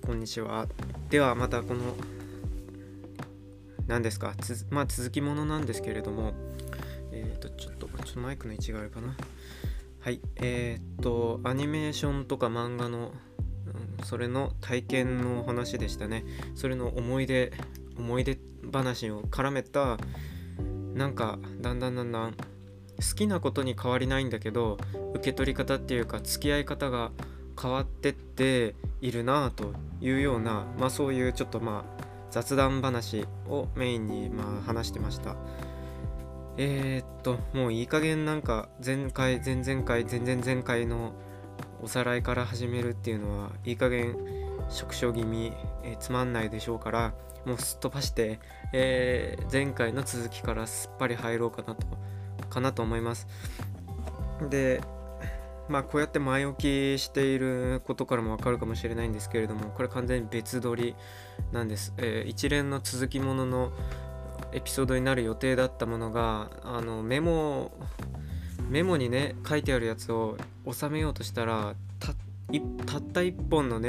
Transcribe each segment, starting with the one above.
こんにちは。ではまたこの何ですか続きものなんですけれども、ちょっとマイクの位置があるかな。はい、アニメーションとか漫画の、それの体験の話でしたね。それの思い出話を絡めた、なんかだんだん好きなことに変わりないんだけど、受け取り方っていうか付き合い方が変わってっているなというような、そういうちょっと雑談話をメインに話してました。もういい加減なんか前回前々回前々前回のおさらいから始めるっていうのはいい加減縮小気味、つまんないでしょうから、もうすっ飛ばして、前回の続きからすっぱり入ろうかなと思います。で、こうやって前置きしていることからもわかるかもしれないんですけれども、これ完全に別撮りなんです。一連の続きもののエピソードになる予定だったものが、メモにね書いてあるやつを収めようとしたら、たった一本の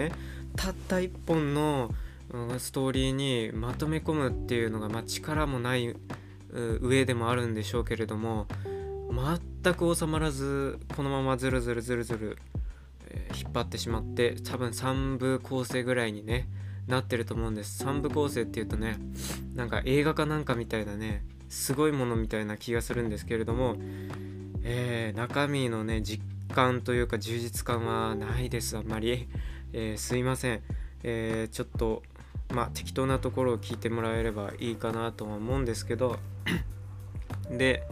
ストーリーにまとめ込むっていうのが、力もない上でもあるんでしょうけれども、全く収まらず、このままずるずる引っ張ってしまって、多分3部構成ぐらいにねなってると思うんです。3部構成っていうとね、なんか映画かなんかみたいなね、すごいものみたいな気がするんですけれども、中身のね実感というか充実感はないです、あんまり。すいません。ちょっと適当なところを聞いてもらえればいいかなとは思うんですけどで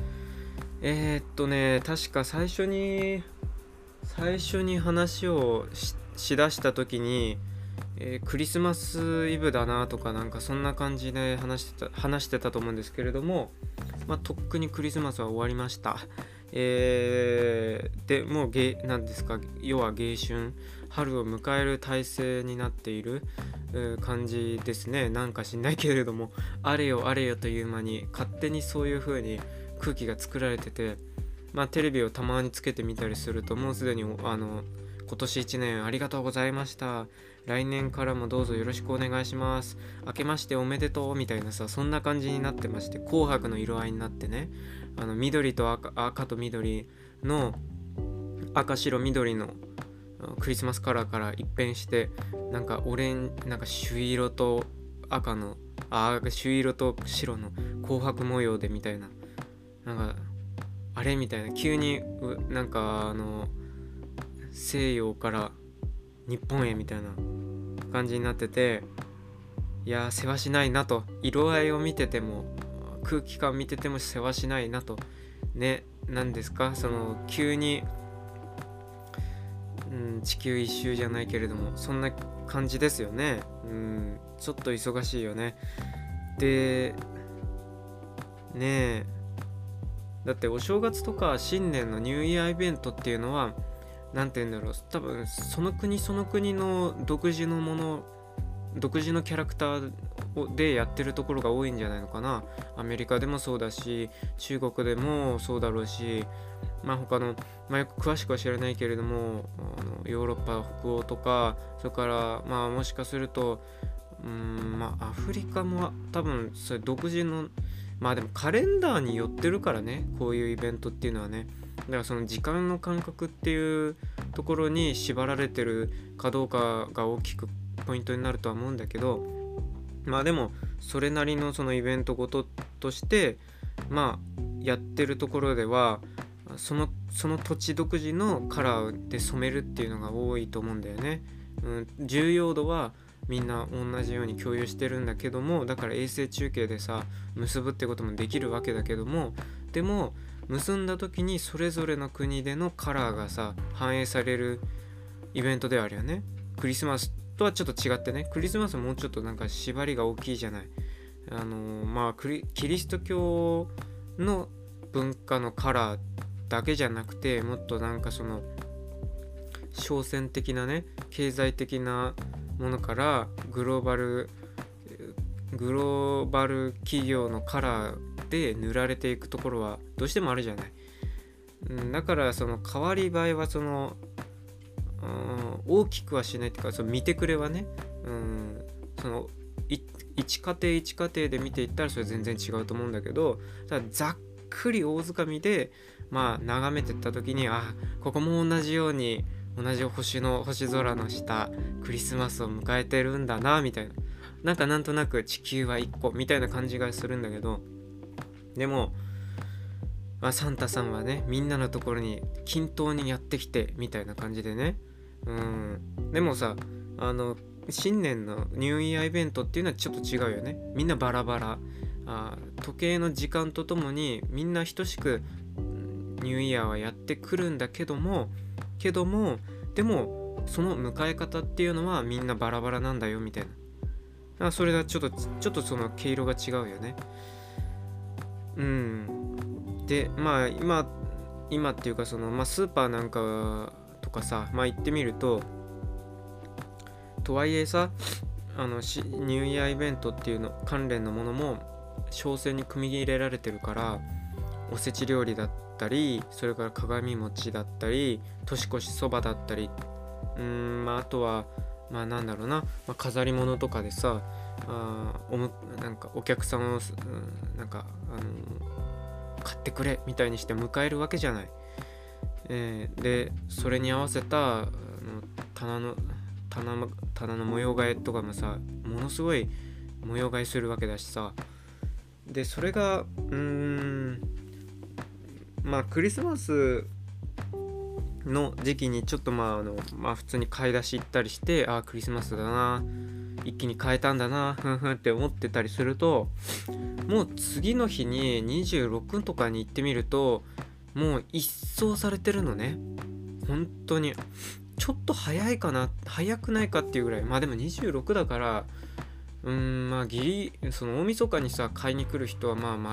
確か最初に話をしだした時に、クリスマスイブだなとか、なんかそんな感じで話してたと思うんですけれども、とっくにクリスマスは終わりました。でもう何ですか、要は迎春、春を迎える体制になっている感じですね。なんか知んないけれども、あれよという間に勝手にそういう風に空気が作られてて、テレビをたまにつけてみたりすると、もうすでに今年1年ありがとうございました、来年からもどうぞよろしくお願いします、明けましておめでとうみたいなさ、そんな感じになってまして、紅白の色合いになってね、緑と赤と緑の赤白緑のクリスマスカラーから一変して、なんかなんか朱色と赤の朱色と白の紅白模様でみたいな、なんかあれみたいな、急になんか西洋から日本へみたいな感じになってて、いや世話しないなと、色合いを見てても空気感見てても世話しないなとね。何ですか、その急に、地球一周じゃないけれども、そんな感じですよね。ちょっと忙しいよね。でねえ、だってお正月とか新年のニューイヤーイベントっていうのは、なんて言うんだろう、多分その国の独自のキャラクターでやってるところが多いんじゃないのかな。アメリカでもそうだし、中国でもそうだろうし、他の、よく詳しくは知らないけれども、ヨーロッパ北欧とか、それからもしかするとアフリカも多分それ独自の、でもカレンダーによってるからね、こういうイベントっていうのはね。だからその時間の感覚っていうところに縛られてるかどうかが大きくポイントになるとは思うんだけど、でもそれなりのそのイベントごととしてやってるところでは、その土地独自のカラーで染めるっていうのが多いと思うんだよね。重要度はみんな同じように共有してるんだけども、だから衛星中継でさ結ぶってこともできるわけだけども、でも結んだ時にそれぞれの国でのカラーがさ反映されるイベントではあるよね。クリスマスとはちょっと違ってね、クリスマスはもうちょっとなんか縛りが大きいじゃない。キリスト教の文化のカラーだけじゃなくて、もっとなんかその商戦的なね、経済的なものからグローバル企業のカラーで塗られていくところはどうしてもあるじゃない。だからその変わり映えは大きくはしないっていうか、その見てくれはねその一家庭一家庭で見ていったらそれ全然違うと思うんだけど、ただざっくり大掴みで眺めてった時に、ここも同じように同じ星空の下クリスマスを迎えてるんだなみたいな、なんとなく地球は1個みたいな感じがするんだけど、でもサンタさんはね、みんなのところに均等にやってきてみたいな感じでね。でもさ、新年のニューイヤーイベントっていうのはちょっと違うよね。みんなバラバラ、時計の時間とともにみんな等しくニューイヤーはやってくるんだけどもでもその迎え方っていうのはみんなバラバラなんだよみたいな。それがちょっとその毛色が違うよね。で今っていうか、そのスーパーなんかとかさ、行ってみると、とはいえさ、ニューイヤーイベントっていうの関連のものも商戦に組み入れられてるから、おせち料理だったり、それから鏡餅だったり、年越しそばだったり、あとはなんだろうな、飾り物とかでさ、なんかお客さんを買ってくれみたいにして迎えるわけじゃない。でそれに合わせた棚の模様替えとかもさ、ものすごい模様替えするわけだしさ。でそれがクリスマスの時期にちょっと普通に買い出し行ったりして、クリスマスだな、一気に買えたんだなって思ってたりすると、もう次の日に26とかに行ってみると、もう一掃されてるのね。本当にちょっと早くないかっていうぐらい。でも26だからギリその大晦日にさ買いに来る人は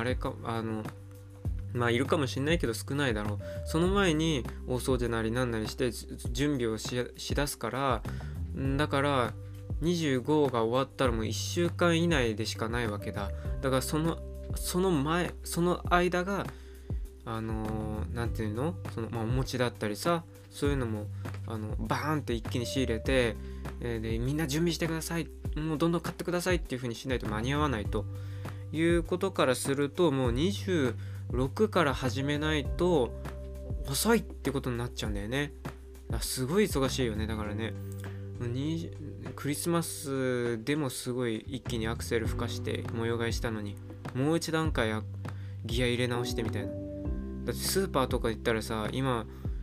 いるかもしれないけど少ないだろう。その前に大掃除なりなんなりして準備をしだすから、だから25が終わったらもう1週間以内でしかないわけだ。だからその間がなんていうの、お餅だったりさ、そういうのもバーンって一気に仕入れて、でみんな準備してください、もうどんどん買ってくださいっていう風にしないと間に合わないということからすると、もう26から始めないと遅いってことになっちゃうんだよね。すごい忙しいよね。だからね、クリスマスでもすごい一気にアクセル吹かして模様替えしたのに、もう一段階ギア入れ直してみたいな。だってスーパーとか行ったらさ、今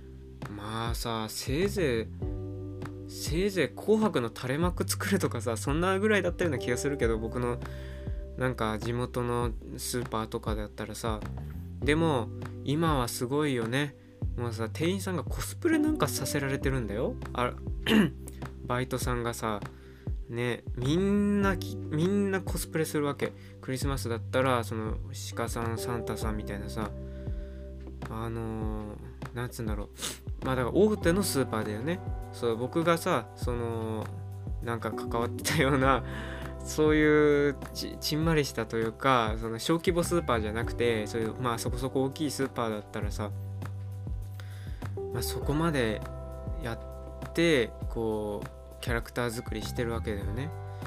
せいぜい紅白の垂れ幕作るとかさ、そんなぐらいだったような気がするけど、僕のなんか地元のスーパーとかだったらさ。でも今はすごいよね。もうさ、店員さんがコスプレなんかさせられてるんだよ。バイトさんがさね、みんなコスプレするわけ。クリスマスだったらその鹿さん、サンタさんみたいなさ、なんつうんだろう、だから大手のスーパーだよね。そう、僕がさなんか関わってたようなそういうちんまりしたというか、その小規模スーパーじゃなくて、そういうそこそこ大きいスーパーだったらさ、そこまでやってこうキャラクター作りしてるわけだよね。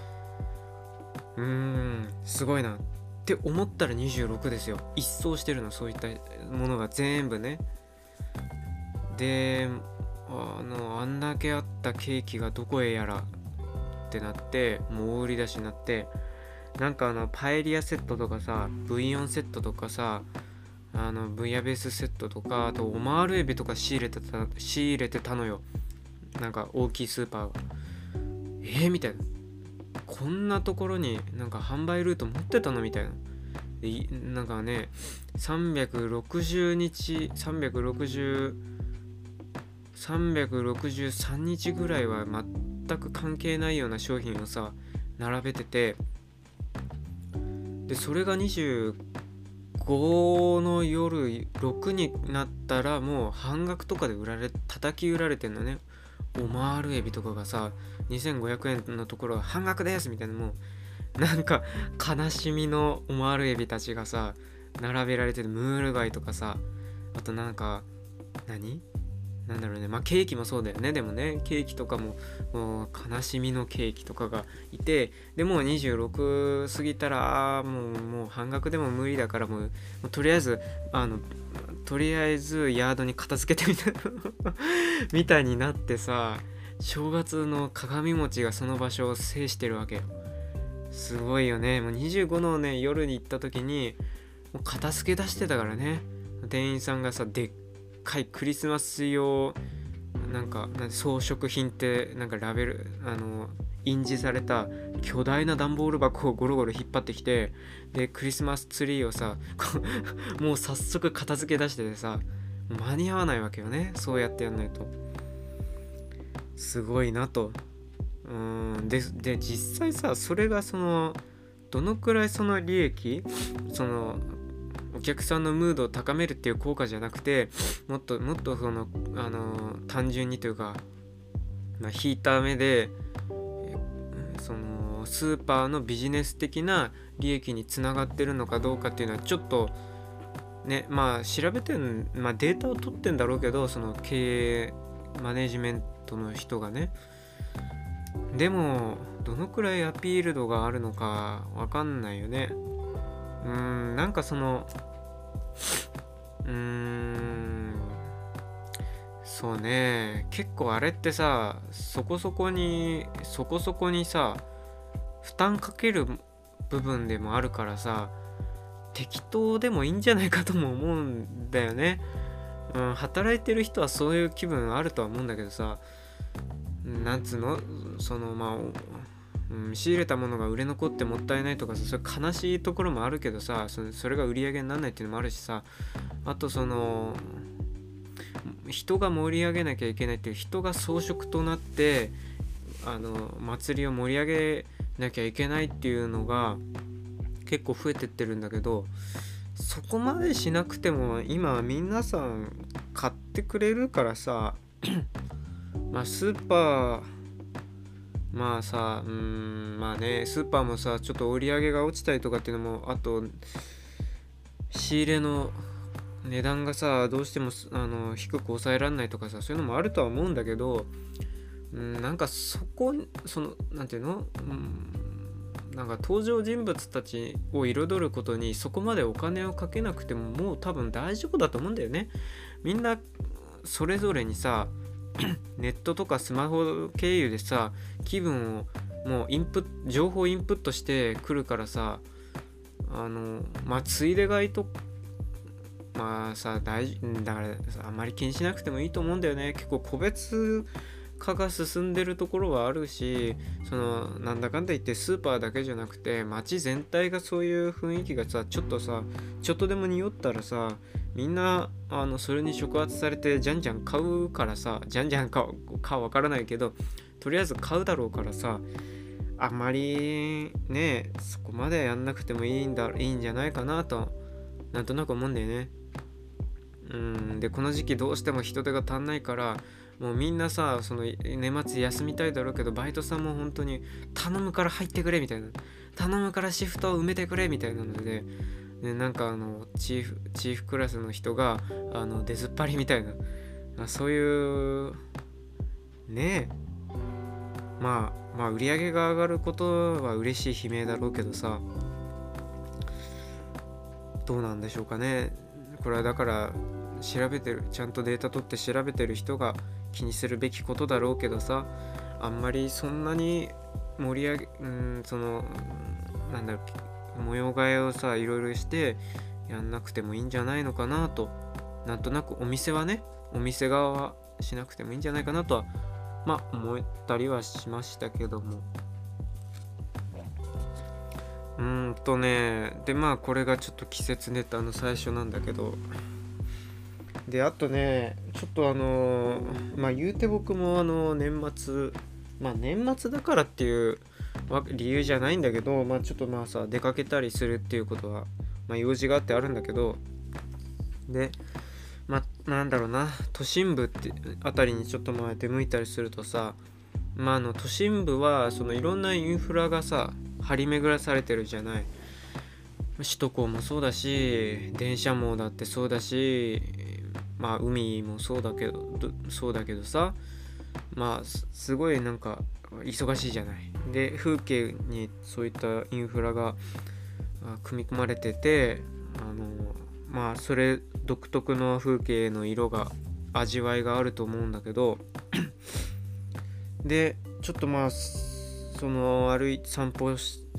すごいなって思ったら26ですよ。一掃してるの、そういったものが全部ね。であんだけあったケーキがどこへやらってなって、もう大売り出しになって、なんかパエリアセットとかさ、ブイヨンセットとかさ、ブイヤベースセットとか、あとオマールエビとか仕入れてたのよ。なんか大きいスーパーがみたいな、こんなところになんか販売ルート持ってたのみたいな。でなんかね、363日ぐらいは全く関係ないような商品をさ並べてて、でそれが25の夜6になったらもう半額とかで叩き売られてんのね。オマールエビとかがさ2500円のところは半額ですみたいな、もうなんか悲しみのオマールエビたちがさ並べられてる。ムール貝とかさ、あとなんかなんだろうね、まあケーキもそうだよね。でもね、ケーキとかも、もう悲しみのケーキとかがいて、でもう26過ぎたら、もう半額でも無理だから、もうとりあえずとりあえずヤードに片付けてみたいなみたいになってさ、正月の鏡餅がその場所を制してるわけよ。すごいよね。もう25のね夜に行った時にもう片付け出してたからね。店員さんがさ、でっかいクリスマス用なんか装飾品ってなんかラベル印字された巨大な段ボール箱をゴロゴロ引っ張ってきて、でクリスマスツリーをさもう早速片付け出しててさ、間に合わないわけよね、そうやってやんないと。すごいなと。で実際さ、それがどのくらいその利益、お客さんのムードを高めるっていう効果じゃなくて、もっと単純にというか、引いた目でスーパーのビジネス的な利益につながってるのかどうかっていうのはちょっとね、調べてデータを取ってんだろうけど、その経営マネジメントの人がね。でもどのくらいアピール度があるのかわかんないよね。なんかそうね、結構あれってさ、そこそこにさ負担かける部分でもあるからさ、適当でもいいんじゃないかとも思うんだよね。働いてる人はそういう気分あるとは思うんだけどさ、なんつうの、仕入れたものが売れ残ってもったいないとかさ、それ悲しいところもあるけどさ、それが売り上げにならないっていうのもあるしさ、あと人が盛り上げなきゃいけないっていう、人が装飾となって祭りを盛り上げなきゃいけないっていうのが結構増えてってるんだけど、そこまでしなくても今皆さん買ってくれるからさスーパースーパーもさ、ちょっと売り上げが落ちたりとかっていうのも、あと仕入れの値段がさどうしても低く抑えられないとかさ、そういうのもあるとは思うんだけど、なんかなんていうの、なんか登場人物たちを彩ることにそこまでお金をかけなくてももう多分大丈夫だと思うんだよね。みんなそれぞれにさネットとかスマホ経由でさ、気分をもう情報インプットしてくるからさ、ついで買いとだからさ、あんまり気にしなくてもいいと思うんだよね。結構個別化が進んでるところはあるし、なんだかんだ言ってスーパーだけじゃなくて街全体がそういう雰囲気がさ、ちょっとでも匂ったらさ、みんなそれに触発されてじゃんじゃん買うからさ、じゃんじゃん買うわからないけど、とりあえず買うだろうからさ、あんまりねそこまでやんなくてもいいんじゃないかなとなんとなく思うんだよね。でこの時期どうしても人手が足んないから、もうみんなさ、年末休みたいだろうけど、バイトさんも本当に頼むから入ってくれみたいな、頼むからシフトを埋めてくれみたいなので、なんかチーフクラスの人が出ずっぱりみたいな、そういうね売り上げが上がることは嬉しい悲鳴だろうけどさ、どうなんでしょうかね。これはだからちゃんとデータ取って調べてる人が気にするべきことだろうけどさ、あんまりそんなに盛り上げ模様替えをさいろいろしてやんなくてもいいんじゃないのかなと、なんとなくお店側はしなくてもいいんじゃないかなとは思ったりはしましたけども、でこれがちょっと季節ネタの最初なんだけど、であとねちょっと言うて僕も年末だからっていう理由じゃないんだけど、ちょっとさ出かけたりするっていうことは用事があってあるんだけど、でなんだろうな、都心部ってあたりにちょっと出向いたりするとさ、都心部はいろんなインフラがさ張り巡らされてるじゃない。首都高もそうだし、電車網だってそうだし、 まあ海もそうだけどさ、まあすごいなんか忙しいじゃない。で風景にそういったインフラが組み込まれてて、まあそれ独特の風景の色が味わいがあると思うんだけどでちょっとまあその散歩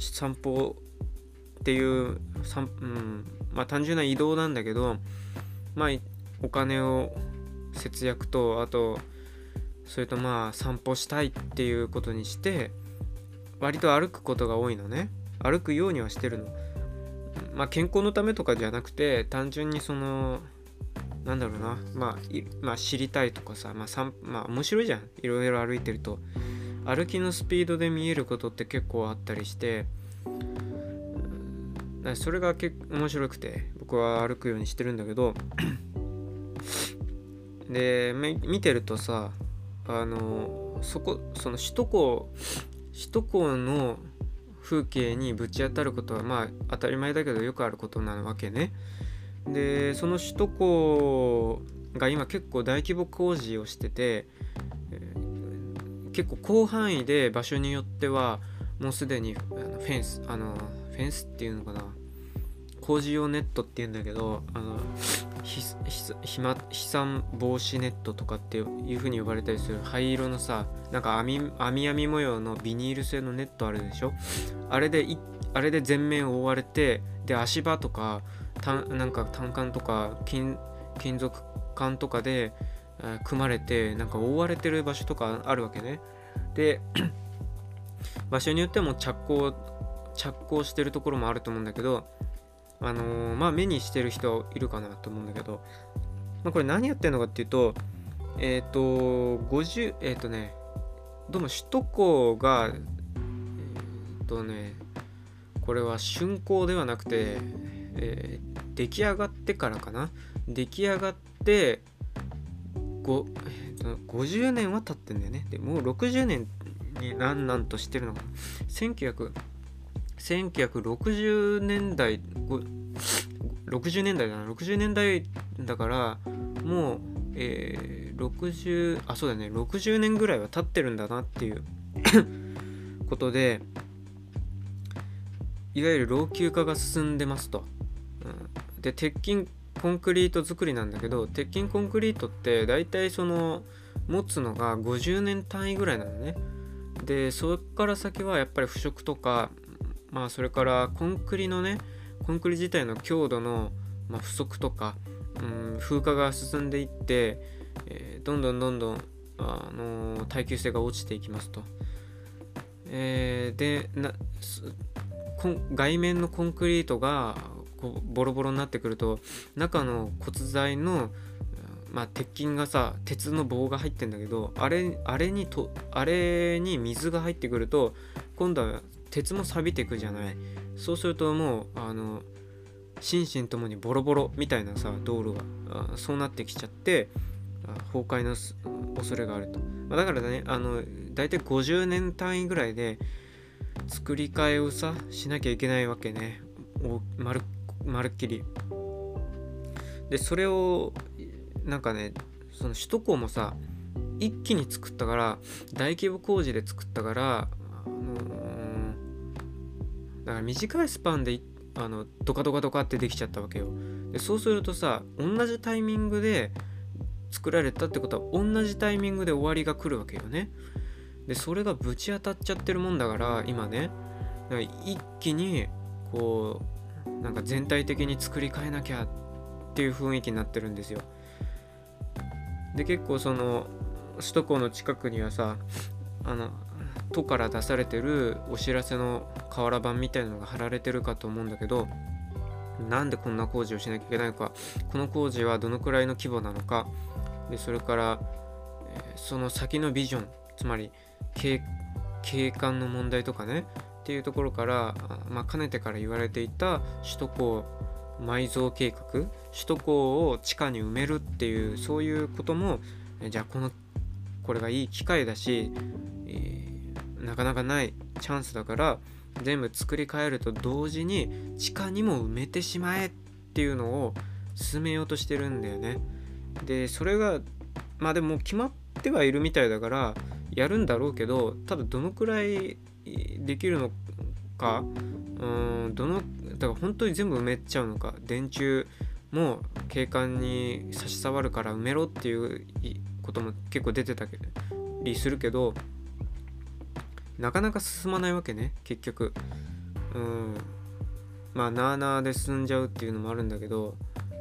っていうまあ単純な移動なんだけど、まあお金を節約と、あとそれとまあ散歩したいっていうことにして割と歩くことが多いのね。歩くようにはしてるの。まあ健康のためとかじゃなくて、単純にそのなんだろうな、まあ知りたいとかさ、まあ面白いじゃん、いろいろ歩いてると。歩きのスピードで見えることって結構あったりして、それが面白くて僕は歩くようにしてるんだけどで見てるとさ、その首都高の風景にぶち当たることはまあ当たり前だけどよくあることなわけね。でその首都高が今結構大規模工事をしてて、結構広範囲で場所によってはもうすでにフェンスっていうのかな、工事用ネットっていうんだけど、飛散防止ネットとかっていう風に呼ばれたりする灰色のさ、なんか網模様のビニール製のネットあるでしょ。あれで全面覆われて、で足場とかなんか単管とか金属管とかで組まれて、なんか覆われてる場所とかあるわけね。で場所によっても着工してるところもあると思うんだけど、まあ目にしてる人いるかなと思うんだけど、まあ、これ何やってんのかっていうと、どうも首都高がこれは竣工ではなくて、出来上がってからかな。出来上がって50年は経ってんだよね。でもう60年になんとしてるのかな。1960年代60年代だな、60年代だからもう、そうだね、60年ぐらいは経ってるんだなっていうことで、いわゆる老朽化が進んでますと。で鉄筋コンクリート作りなんだけど、鉄筋コンクリートってだいたいその持つのが50年単位ぐらいなのね。でそっから先はやっぱり腐食とか、まあそれからコンクリ自体の強度の、不足とか、風化が進んでいって、どんどん耐久性が落ちていきますと。で外面のコンクリートがボロボロになってくると、中の骨材の、鉄筋がさ、鉄の棒が入ってんだけど、あれに水が入ってくると今度は鉄も錆びていくじゃない。そうするともう心身ともにボロボロみたいなさ、道路がそうなってきちゃって崩壊の恐れがあると。だからね、だいたい50年単位ぐらいで作り替えをさしなきゃいけないわけね。まるっきり。でそれをなんかね、その首都高もさ一気に作ったから、大規模工事で作ったから、だから短いスパンでドカってできちゃったわけよ。でそうするとさ、同じタイミングで作られたってことは同じタイミングで終わりが来るわけよね。でそれがぶち当たっちゃってるもんだから今ね、だから一気にこうなんか全体的に作り変えなきゃっていう雰囲気になってるんですよ。で結構その首都高の近くにはさ、都から出されてるお知らせの瓦版みたいなのが貼られてるかと思うんだけど、なんでこんな工事をしなきゃいけないのか、この工事はどのくらいの規模なのか、でそれから、その先のビジョン、つまり景観の問題とかねっていうところから、かねてから言われていた首都高埋蔵計画、首都高を地下に埋めるっていう、そういうこともじゃあこれがいい機会だし、なかなかないチャンスだから全部作り変えると同時に地下にも埋めてしまえっていうのを進めようとしてるんだよね。 でそれがまあでも決まってはいるみたいだからやるんだろうけど、ただどのくらいできるのか、だから本当に全部埋めちゃうのか、電柱も景観に差し障るから埋めろっていうことも結構出てたりするけど、なかなか進まないわけね結局。まあなあなあで進んじゃうっていうのもあるんだけど、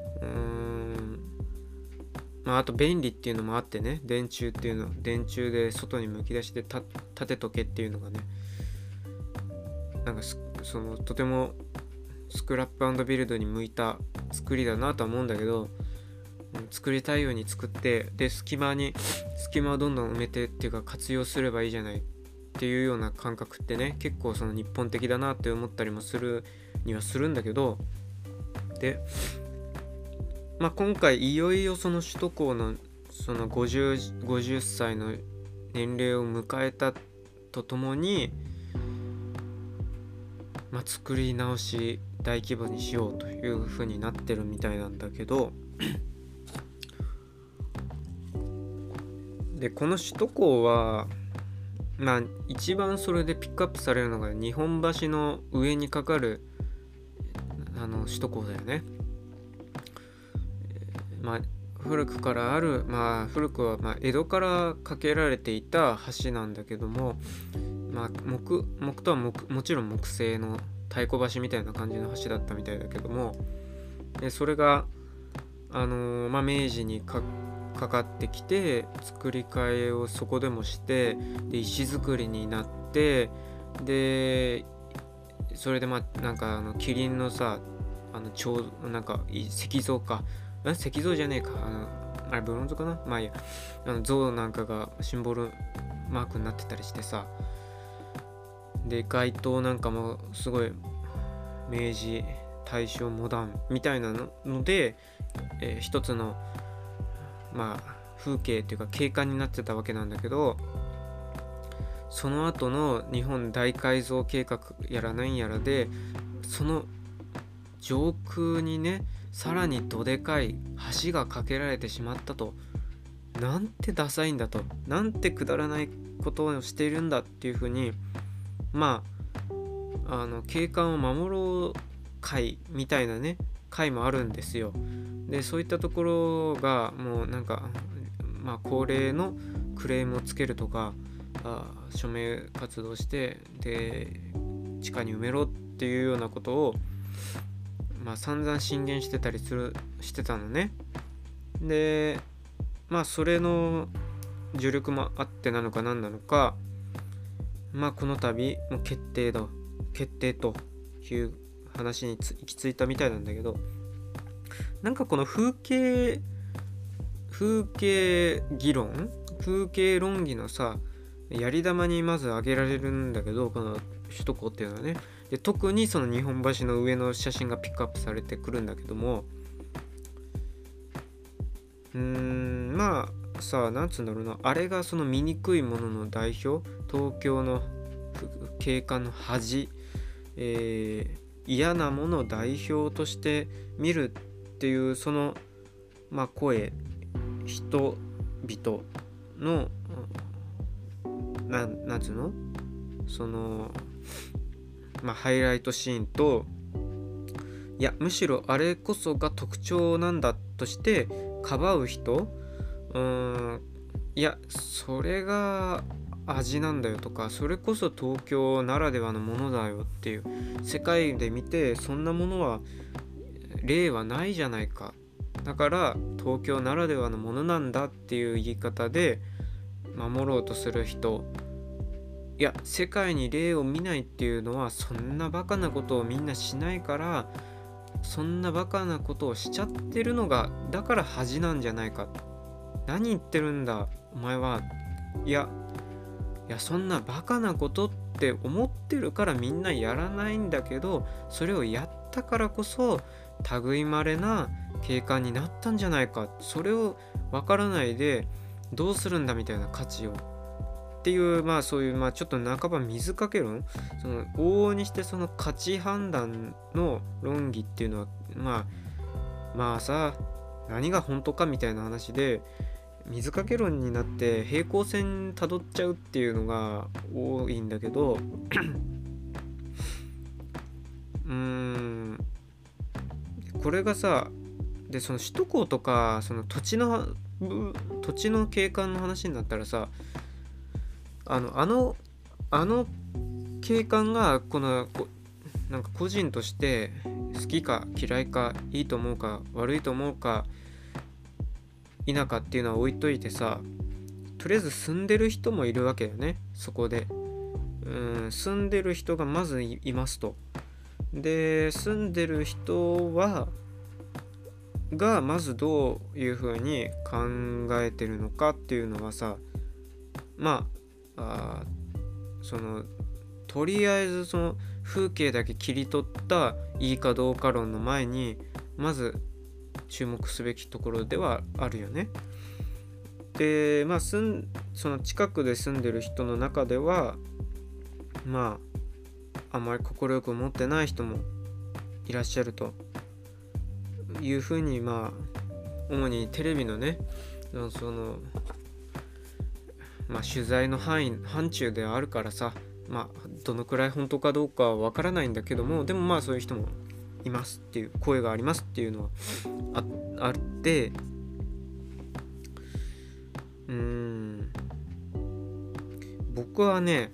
まああと便利っていうのもあってね、電柱っていうの、電柱で外にむき出しで立てとけっていうのがね、なんかそのとてもスクラップ&ビルドに向いた作りだなとは思うんだけど、作りたいように作って、で隙間をどんどん埋めてっていうか活用すればいいじゃないっていうような感覚ってね、結構その日本的だなって思ったりもするにはするんだけど、でまあ今回いよいよその首都高のその50歳の年齢を迎えたとともに、まあ、作り直し大規模にしようという風になってるみたいなんだけどでこの首都高はまあ一番それでピックアップされるのが日本橋の上にかかる首都高だよね。まあ古くからある、まあ古くは江戸から架けられていた橋なんだけども、まあ木とはもちろん木製の太鼓橋みたいな感じの橋だったみたいだけども、それがまあ明治にかかってきて作り替えをそこでもして、で石造りになって、でそれでまあなんかキリンのさなんか石像か石像じゃねえかあれブロンズかな、まあいいや、像なんかがシンボルマークになってたりしてさ、で街灯なんかもすごい明治大正モダンみたいなので、一つのまあ風景っていうか景観になってたわけなんだけど、その後の日本大改造計画やらなんやらで、その上空にねさらにどでかい橋が架けられてしまったと。なんてダサいんだと、なんてくだらないことをしているんだっていうふうに、まあ景観を守ろう会みたいなね会もあるんですよ。でそういったところがもうなんかまあ恒例のクレームをつけるとか、署名活動してで地下に埋めろっていうようなことをまあ散々進言してたのね。でまあそれの助力もあってなのか何なのか、まあこの度もう決定という話に行き着いたみたいなんだけど、なんかこの風景議論、風景論議のさやり玉にまず挙げられるんだけど、この首都高っていうのはね、で特にその日本橋の上の写真がピックアップされてくるんだけども、まあさなんつうんだろうな、あれがその醜いものの代表、東京の景観の恥、嫌なものを代表として見るっていうそのまあ声、人々のなんつうの、そのまあハイライトシーンと、いやむしろあれこそが特徴なんだとしてかばう人、いやそれが味なんだよとか、それこそ東京ならではのものだよっていう、世界で見てそんなものは例はないじゃないか、だから東京ならではのものなんだっていう言い方で守ろうとする人、いや世界に例を見ないっていうのはそんなバカなことをみんなしないから、そんなバカなことをしちゃってるのがだから恥なんじゃないか、何言ってるんだお前は、いやそんなバカなことって思ってるからみんなやらないんだけど、それをやったからこそ類まれな景観になったんじゃないか、それを分からないでどうするんだみたいな価値をっていう、まあそういうちょっと半ば水かけ論、その往々にしてその価値判断の論議っていうのはまあさ何が本当かみたいな話で水かけ論になって平行線たどっちゃうっていうのが多いんだけどこれがさ、でその首都高とかその土地の景観の話になったらさ、あの景観がなんか個人として好きか嫌いかいいと思うか悪いと思うか否かっていうのは置いといてさ、とりあえず住んでる人もいるわけよね。そこで住んでる人がまずいますと。で住んでる人がまずどういうふうに考えてるのかっていうのはさ、とりあえずその風景だけ切り取ったいいかどうか論の前にまず注目すべきところではあるよね。でその近くで住んでる人の中ではあんまり快く思ってない人もいらっしゃるというふうに主にテレビのね取材の範疇ではあるからさ、どのくらい本当かどうかはわからないんだけども、でもそういう人もいますっていう声がありますっていうのはあって僕はね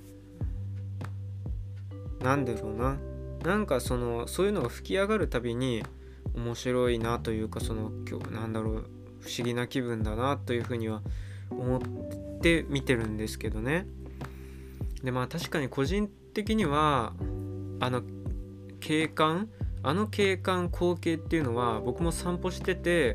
なんだろうな、なんかそういうのが吹き上がるたびに面白いなというか不思議な気分だなというふうには思って見てるんですけどね。で確かに個人的には景観光景っていうのは僕も散歩してて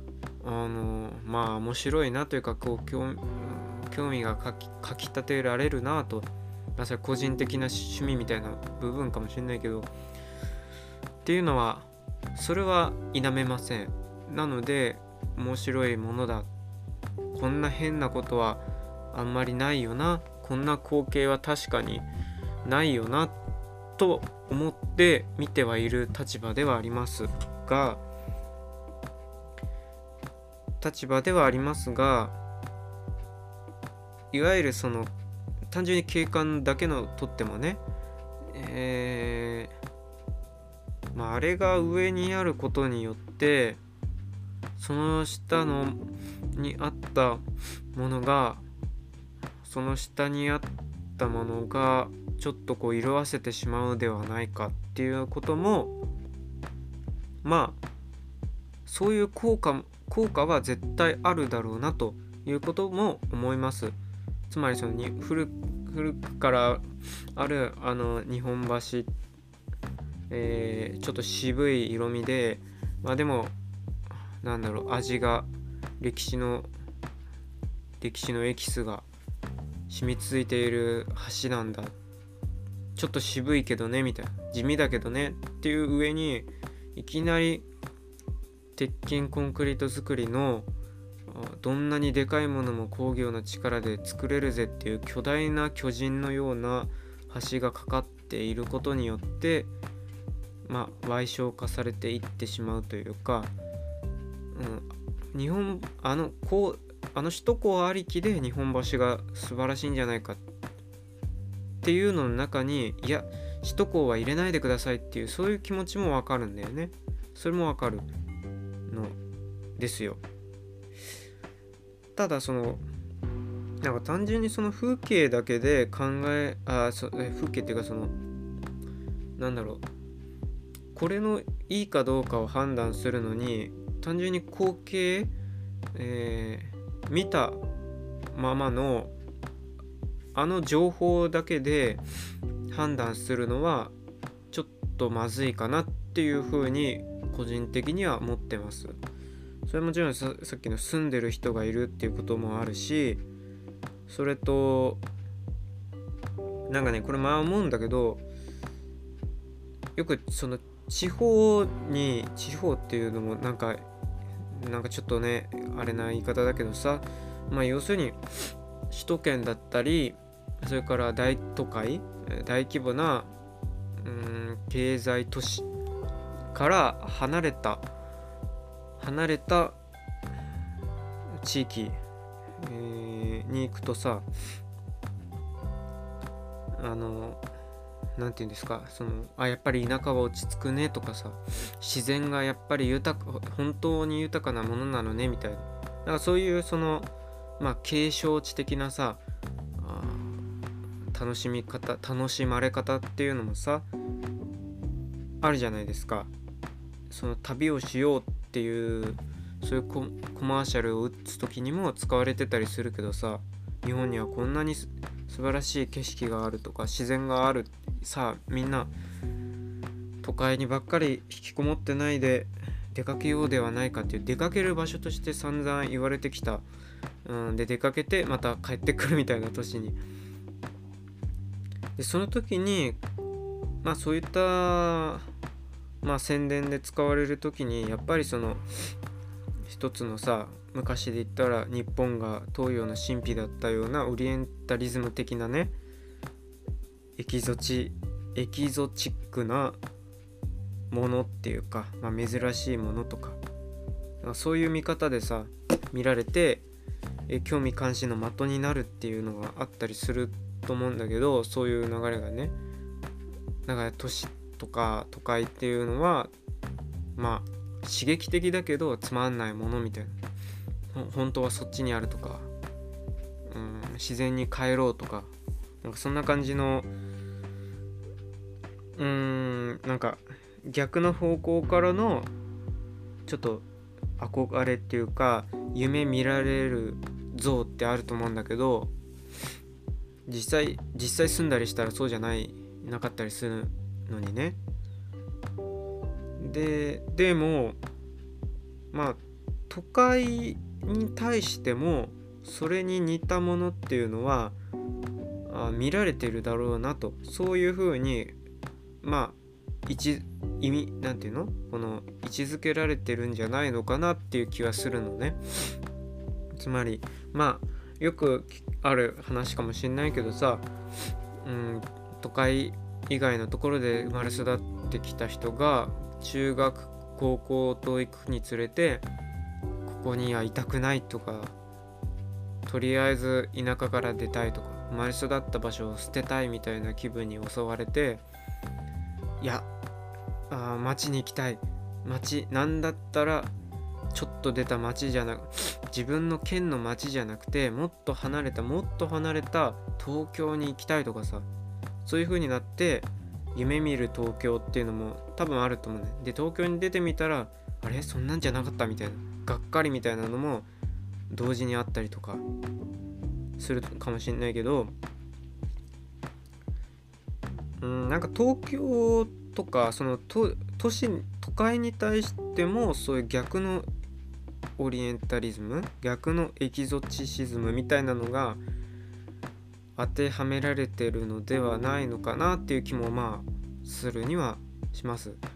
面白いなというか興味がかきたてられるなと、それ個人的な趣味みたいな部分かもしれないけどっていうのはそれは否めません。なので面白いものだ、こんな変なことはあんまりないよな、こんな光景は確かにないよなと思って見てはいる立場ではありますがいわゆる単純に景観だけのとってもね、あれが上にあることによってその下にあったものがちょっと色あせてしまうではないかっていうこともそういう効果は絶対あるだろうなということも思います。つまり古くからある日本橋、ちょっと渋い色味ででも味が歴史のエキスが染みついている橋なんだ、ちょっと渋いけどねみたいな、地味だけどねっていう上にいきなり鉄筋コンクリート作りのどんなにでかいものも工業の力で作れるぜっていう巨大な巨人のような橋がかかっていることによって賠償化されていってしまうというか、首都高ありきで日本橋が素晴らしいんじゃないかっていうのの中に、いや首都高は入れないでくださいっていうそういう気持ちもわかるんだよね。それもわかるのですよ。ただ単純に風景だけで風景っていうかこれのいいかどうかを判断するのに単純に光景、見たままの情報だけで判断するのはちょっとまずいかなっていうふうに個人的には思ってます。それもちろんさっきの住んでる人がいるっていうこともあるし、それとこれ思うんだけど、よく地方っていうのもなんかちょっとねあれな言い方だけどさ、要するに首都圏だったりそれから大都会大規模な経済都市から離れた地域、に行くとさ、なんていうんですか、やっぱり田舎は落ち着くねとかさ、自然がやっぱり本当に豊かなものなのねみたいな、なんかそういう景勝地的なさ、楽しまれ方っていうのもさあるじゃないですか。その旅をしようっていうそういうコマーシャルを打つ時にも使われてたりするけどさ、日本にはこんなに素晴らしい景色があるとか自然がある、さあみんな都会にばっかり引きこもってないで出かけようではないかっていう、出かける場所として散々言われてきた、で出かけてまた帰ってくるみたいな都市に、でその時にそういった宣伝で使われる時にやっぱり一つのさ、昔で言ったら日本が東洋の神秘だったようなオリエンタリズム的なね、エキゾチックなものっていうか、珍しいものとか、そういう見方でさ見られて興味関心の的になるっていうのがあったりすると思うんだけど、そういう流れがね、だから都市とか都会っていうのは刺激的だけどつまんないものみたいな、本当はそっちにあるとか、自然に帰ろうとか、なんかそんな感じのなんか逆の方向からのちょっと憧れっていうか夢見られる像ってあると思うんだけど、実際住んだりしたらそうじゃなかったりするのにね。でも都会に対してもそれに似たものっていうのは見られてるだろうなと、そういうふうになんていうの、この位置づけられてるんじゃないのかなっていう気はするのね。つまりよくある話かもしれないけどさ、都会以外のところで生まれ育ってきた人が中学高校と行くにつれてここにはいたくないとか、とりあえず田舎から出たいとか、生まれ育った場所を捨てたいみたいな気分に襲われて、いや町に行きたい、町なんだったらちょっと出た町じゃなく、自分の県の町じゃなくてもっと離れた東京に行きたいとかさ、そういう風になって夢見る東京っていうのも多分あると思うね。で東京に出てみたらあれそんなんじゃなかったみたいな、がっかりみたいなのも同時にあったりとかするかもしれないけど、なんか東京とか都会に対してもそういう逆のオリエンタリズム、逆のエキゾチシズムみたいなのが当てはめられてるのではないのかなっていう気もするにはします。や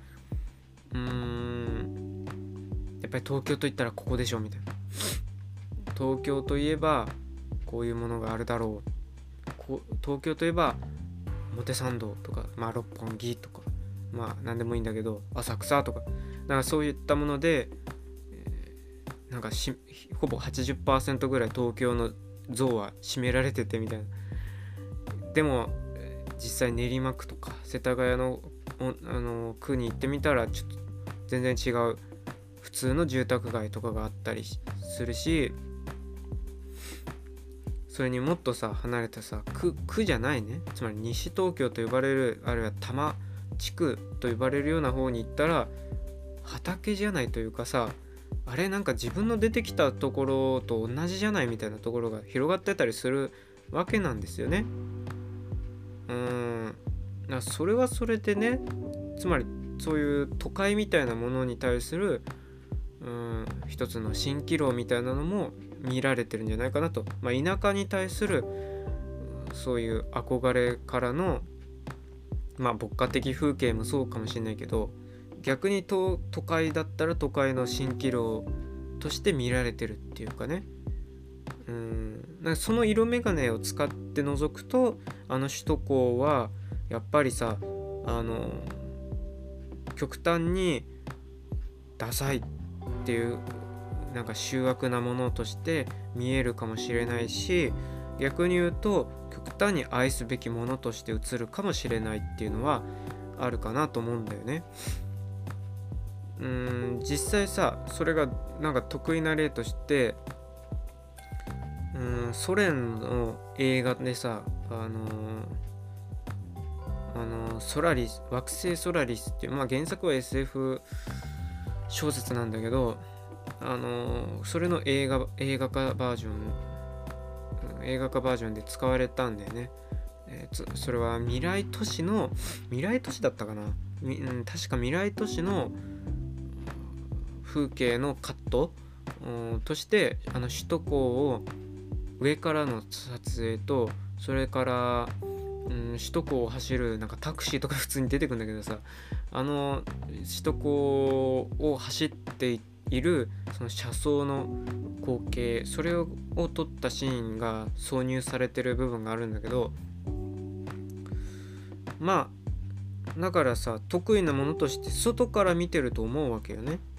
っぱり東京といったらここでしょみたいな、東京といえばこういうものがあるだろう、東京といえば表参道とか、六本木とか、何でもいいんだけど浅草とか、なんかそういったもので、なんかほぼ 80% ぐらい東京の像は占められててみたいな。でも実際練馬区とか世田谷の区に行ってみたらちょっと全然違う普通の住宅街とかがあったりするし、それにもっとさ離れたさ区じゃないね、つまり西東京と呼ばれる、あるいは多摩地区と呼ばれるような方に行ったら畑じゃないというかさ、あれなんか自分の出てきたところと同じじゃないみたいなところが広がってたりするわけなんですよね。それはそれでね、つまりそういう都会みたいなものに対する一つの蜃気楼みたいなのも見られてるんじゃないかなと。田舎に対するそういう憧れからの牧歌的風景もそうかもしれないけど、逆に都会だったら都会の蜃気楼として見られてるっていうかね、なんかその色眼鏡を使って覗くと首都高はやっぱりさ極端にダサいっていうなんか醜悪なものとして見えるかもしれないし、逆に言うと極端に愛すべきものとして映るかもしれないっていうのはあるかなと思うんだよね。実際さ、それがなんか得意な例として、ソ連の映画でさ、ソラリス、惑星ソラリスっていう、原作は SF 小説なんだけど、それの映画化バージョンで使われたんだよね。それは未来都市だったかな、確か未来都市の風景のカットとして首都高を上からの撮影と、それから、首都高を走るなんかタクシーとか普通に出てくるんだけどさ、首都高を走っているその車窓の光景、それを撮ったシーンが挿入されてる部分があるんだけど、だからさ、得意なものとして外から見てると思うわけよね。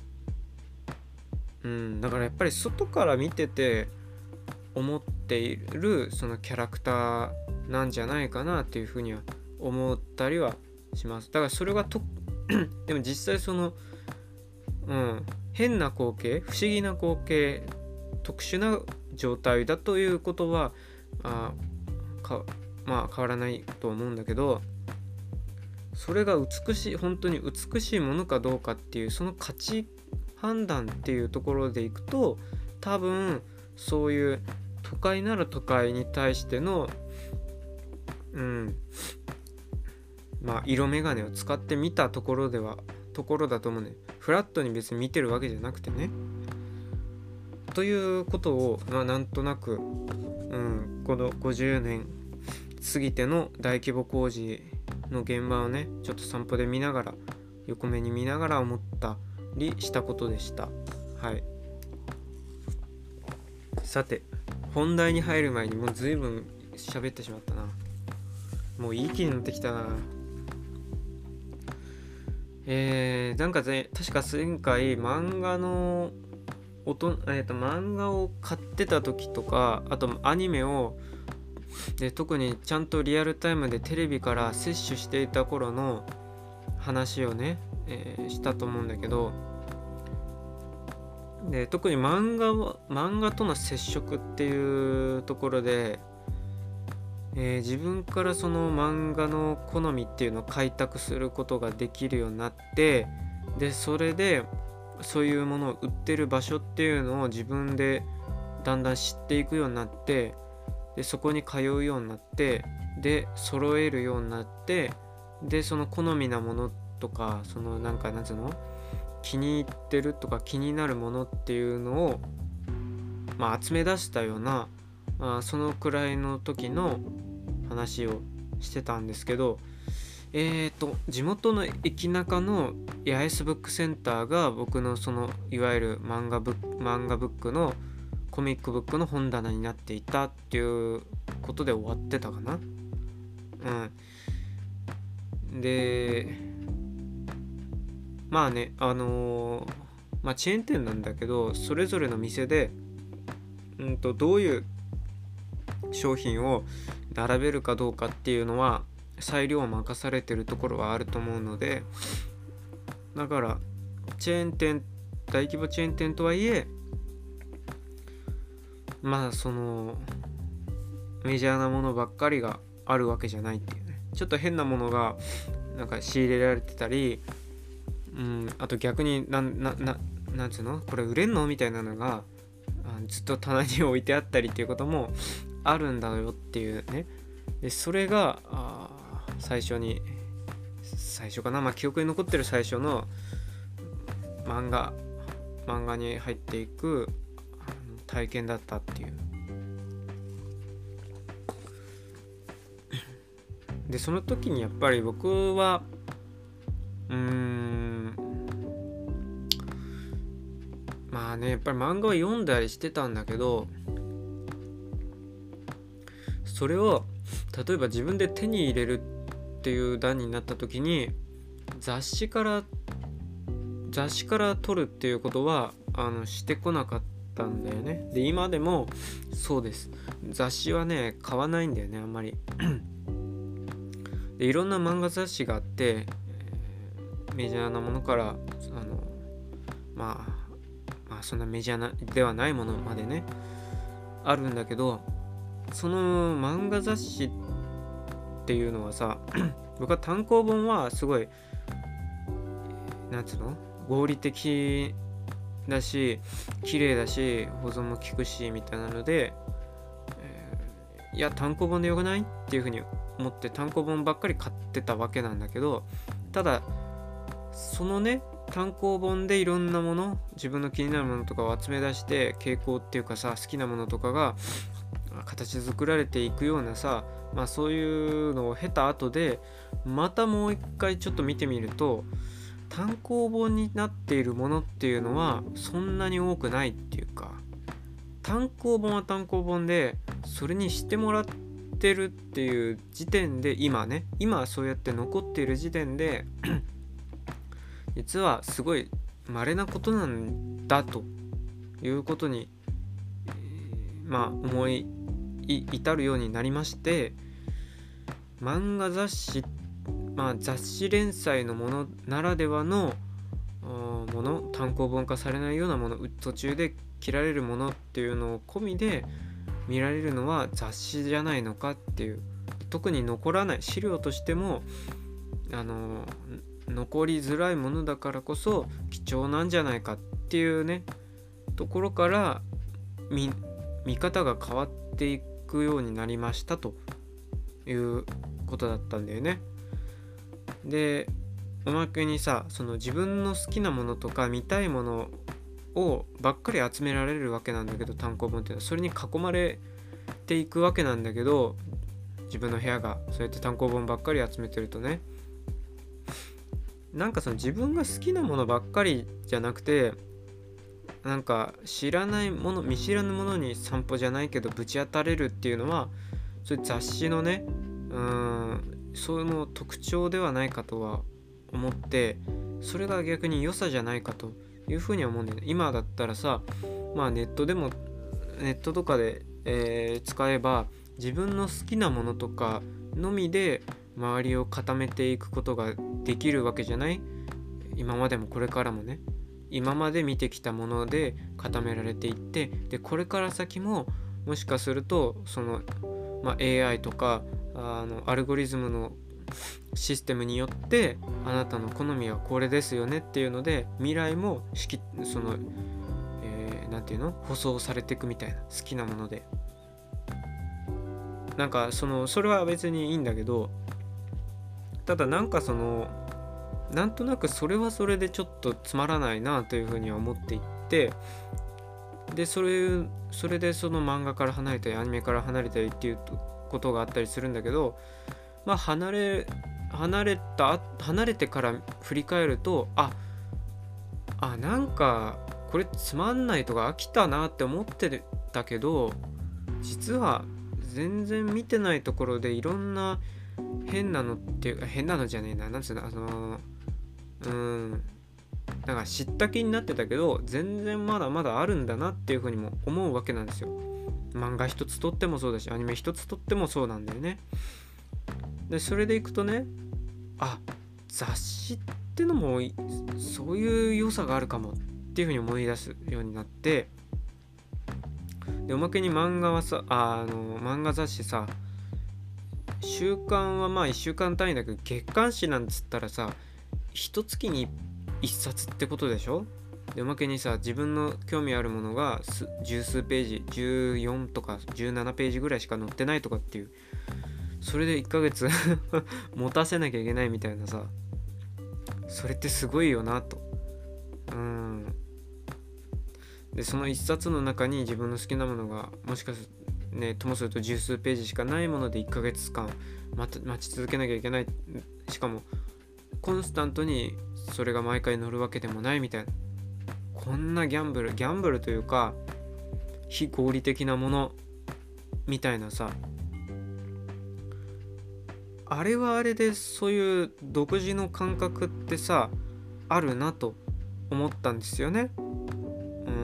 だからやっぱり外から見てて思っているそのキャラクターなんじゃないかなっていうふうには思ったりはします。だからそれがでも実際その、変な光景、不思議な光景、特殊な状態だということは変わらないと思うんだけど、それが本当に美しいものかどうかっていうその価値判断っていうところでいくと、多分そういう都会なら都会に対しての色眼鏡を使ってみたところだと思うね。フラットに別に見てるわけじゃなくてね。ということを、なんとなく、この50年過ぎての大規模工事の現場をね、ちょっと散歩で見ながら、横目に見ながら思ったりしたことでした。はい。さて、本題に入る前にもう随分喋ってしまったな。もういい気になってきたな。なんかね、確か前回漫画を買ってた時とか、あとアニメを特にちゃんとリアルタイムでテレビから摂取していた頃の話をね、したと思うんだけど、で特に漫画との接触っていうところで、自分からその漫画の好みっていうのを開拓することができるようになって、でそれでそういうものを売ってる場所っていうのを自分でだんだん知っていくようになって、でそこに通うようになって、で揃えるようになって、でその好みなものとか、そのなんつうの、気に入ってるとか気になるものっていうのを、集め出したような、そのくらいの時の話をしてたんですけど、地元の駅中の八重洲ブックセンターが僕のそのいわゆる漫画ブックのコミックブックの本棚になっていたっていうことで終わってたかな。でチェーン店なんだけど、それぞれの店でどういう商品を並べるかどうかっていうのは裁量を任されてるところはあると思うので、だから大規模チェーン店とはいえ、そのメジャーなものばっかりがあるわけじゃないっていうね。ちょっと変なものがなんか仕入れられてたり、あと逆になんつうの、これ売れんのみたいなのがずっと棚に置いてあったりっていうこともあるんだよっていうね。でそれが最初かな、記憶に残ってる最初の漫画に入っていく体験だったっていう。でその時にやっぱり僕はやっぱり漫画を読んだりしてたんだけど、それを例えば自分で手に入れるっていう段になった時に、雑誌から取るっていうことはしてこなかったんだよね。で今でもそうです。雑誌はね買わないんだよね、あんまり。でいろんな漫画雑誌があって、メジャーなものからまあそんなメジャーなではないものまでねあるんだけど、その漫画雑誌っていうのはさ僕は単行本はすごいなんつうの合理的だし綺麗だし保存も効くしみたいなので、いや単行本でよくないっていうふうに思って単行本ばっかり買ってたわけなんだけど、ただそのね単行本でいろんなもの、自分の気になるものとかを集め出して傾向っていうかさ、好きなものとかが形作られていくようなさ、そういうのを経た後でまたもう一回ちょっと見てみると、単行本になっているものっていうのはそんなに多くないっていうか、単行本は単行本でそれにしてもらってるっていう時点で、今そうやって残っている時点で実はすごい稀なことなんだということに、思い至るようになりまして、漫画雑誌、雑誌連載のものならではのもの、単行本化されないようなもの、途中で切られるものっていうのを込みで見られるのは雑誌じゃないのかっていう、特に残らない資料としても残りづらいものだからこそ貴重なんじゃないかっていうねところから見方が変わっていくようになりましたということだったんだよね。でおまけにさ、その自分の好きなものとか見たいものをばっかり集められるわけなんだけど、単行本っていうのはそれに囲まれていくわけなんだけど、自分の部屋がそうやって単行本ばっかり集めてるとね、なんかその自分が好きなものばっかりじゃなくて、なんか知らないもの、見知らぬものに散歩じゃないけどぶち当たれるっていうのは、そういう雑誌のねその特徴ではないかとは思って、それが逆に良さじゃないかというふうには思うんだよね。今だったらさ、ネットとかで、使えば自分の好きなものとかのみで周りを固めていくことができるわけじゃない。今までもこれからもね、今まで見てきたもので固められていって、でこれから先ももしかするとその、AI とかアルゴリズムのシステムによってあなたの好みはこれですよねっていうので、未来もその、なんていうの、舗装されていくみたいな、好きなもので、なんかそれは別にいいんだけど、ただなんかなんとなくそれはそれでちょっとつまらないなというふうには思っていって、でそれでその漫画から離れたりアニメから離れたりっていうことがあったりするんだけど、離れてから振り返ると、なんかこれつまんないとか飽きたなって思ってたけど、実は全然見てないところでいろんな変なのっていうか、変なのじゃねえな、なんつうの、なんか知った気になってたけど全然まだまだあるんだなっていうふうにも思うわけなんですよ。漫画一つとってもそうだし、アニメ一つとってもそうなんだよね。でそれでいくとね、雑誌ってのもそういう良さがあるかもっていうふうに思い出すようになって、でおまけに漫画はさ、漫画雑誌さ、週刊は1週間単位だけど月刊誌なんつったらさ、一月に一冊ってことでしょ。でおまけにさ、自分の興味あるものが十数ページ、14とか17ページぐらいしか載ってないとかっていう、それで1ヶ月持たせなきゃいけないみたいなさ、それってすごいよなと。でその一冊の中に自分の好きなものがもしかするね、ともすると十数ページしかないもので1ヶ月間待ち続けなきゃいけない。しかもコンスタントにそれが毎回載るわけでもないみたいな、こんなギャンブルというか非合理的なものみたいなさ、あれはあれでそういう独自の感覚ってさあるなと思ったんですよね。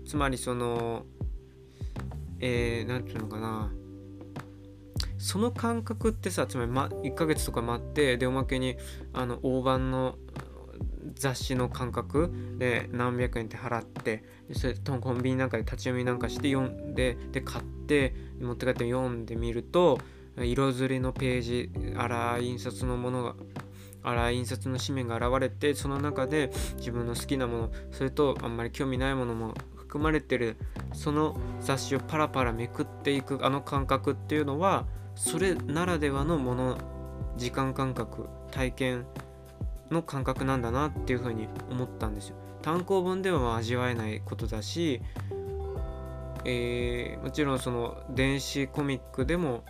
つまりそのなんていうのかな、その感覚ってさ、つまり、1ヶ月とか待って、でおまけに大判の雑誌の感覚で何百円って払って、それとコンビニなんかで立ち読みなんかして読んで、で買って持って帰って読んでみると、色づりのページ、荒い印刷の紙面が現れて、その中で自分の好きなもの、それとあんまり興味ないものも含まれてる、その雑誌をパラパラめくっていく感覚っていうのは、それならではのもの、時間感覚、体験の感覚なんだなっていうふうに思ったんですよ。単行本では味わえないことだし、もちろんその電子コミックでも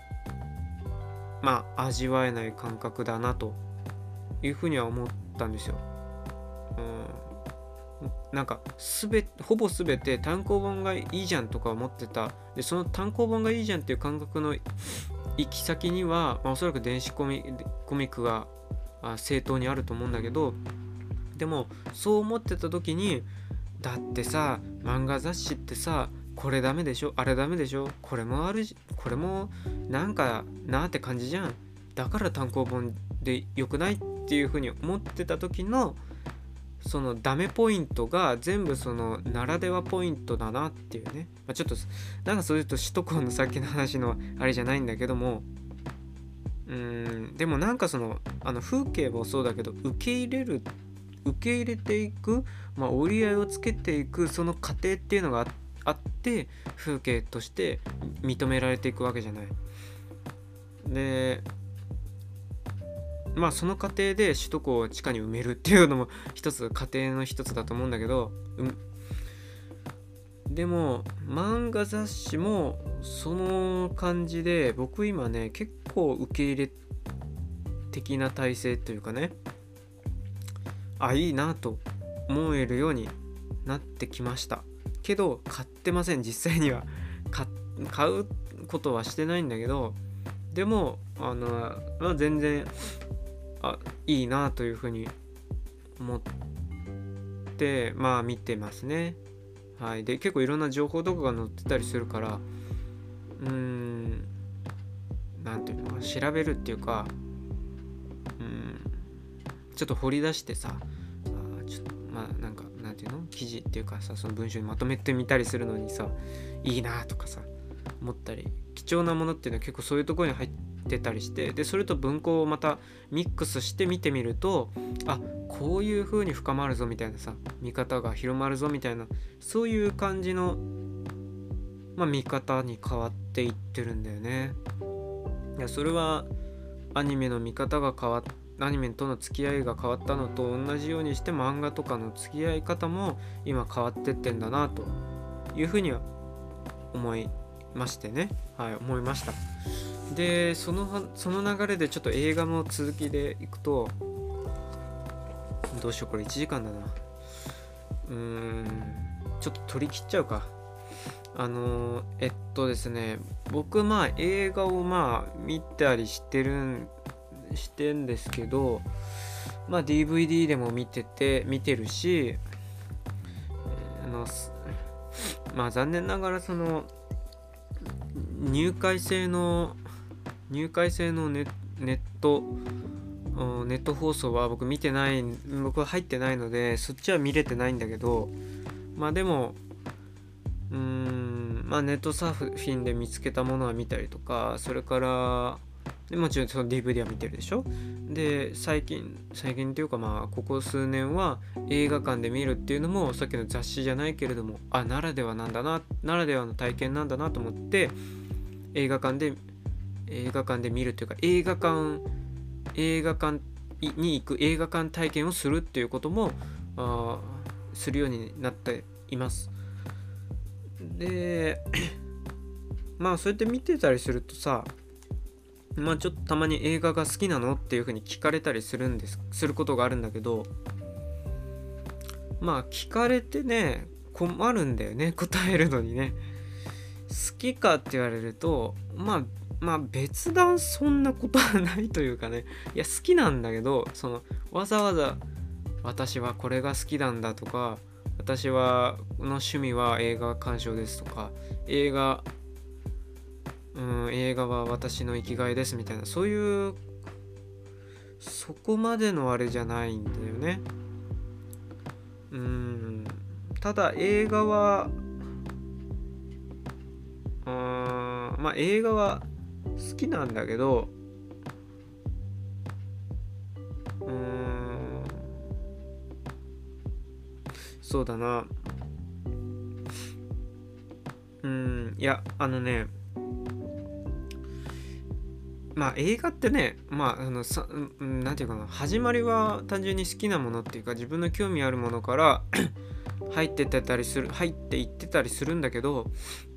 味わえない感覚だなというふうには思ったんですよ。なんかほぼ全て単行本がいいじゃんとか思ってた。でその単行本がいいじゃんっていう感覚の行き先には、おそらく電子コミックが正当にあると思うんだけど、でもそう思ってた時に、だってさ、漫画雑誌ってさ、これダメでしょ、あれダメでしょ、これもなんかなって感じじゃん。だから単行本でよくないっていう風に思ってた時のそのダメポイントが全部そのならではポイントだなっていうね。ちょっとなんかそういうと首都高のさっきの話のあれじゃないんだけども、でもなんかその風景もそうだけど、受け入れていく、折り合いをつけていくその過程っていうのがあって、風景として認められていくわけじゃない。でその過程で首都高を地下に埋めるっていうのも過程の一つだと思うんだけど、でも漫画雑誌もその感じで、僕今ね結構受け入れ的な体制というかね、いいなと思えるようになってきましたけど、買ってません。実際には買うことはしてないんだけど、でも全然いいなというふうに思って見てますね。はい。で結構いろんな情報とかが載ってたりするから、なんていうのか、調べるっていうか、ちょっと掘り出してさ、ちょっとなんかなんていうの、記事っていうかさ、その文章にまとめてみたりするのにさ、いいなとかさ思ったり、貴重なものっていうのは結構そういうところに入ってたりして、でそれと文庫をまたミックスして見てみると、こういう風に深まるぞみたいなさ、見方が広まるぞみたいな、そういう感じの見方に変わっていってるんだよね。いや、それはアニメの見方がアニメとの付き合いが変わったのと同じようにして、漫画とかの付き合い方も今変わってってんだなというふうには思いましてね。はい、思いました。でその流れでちょっと映画の続きでいくと、どうしよう、これ1時間だな。ちょっと取り切っちゃうか。ですね、僕映画を見たりしてんですけど、DVD でも見てるし、残念ながらその入会制のネット放送は僕は入ってないので、そっちは見れてないんだけど、でもネットサーフィンで見つけたものは見たりとか、それからもちろんその DVD は見てるでしょ。で最近っていうかここ数年は映画館で見るっていうのも、さっきの雑誌じゃないけれども、ならではの体験なんだなと思って、映画館で見るというか、映画館に行く、映画館体験をするっていうこともするようになっています。でそうやって見てたりするとさ、ちょっとたまに映画が好きなのっていう風に聞かれたりすることがあるんだけど、聞かれてね困るんだよね、答えるのにね。好きかって言われると別段そんなことはないというかね、いや好きなんだけど、そのわざわざ私はこれが好きなんだとか、 私の趣味は映画鑑賞ですとか、映画は私の生きがいですみたいな、そういうそこまでのあれじゃないんだよね。ただ映画はまあ映画は好きなんだけど、そうだな、いやまあ映画ってね、まあなんていうかな、始まりは単純に好きなものっていうか、自分の興味あるものから入っていってたりするんだけど、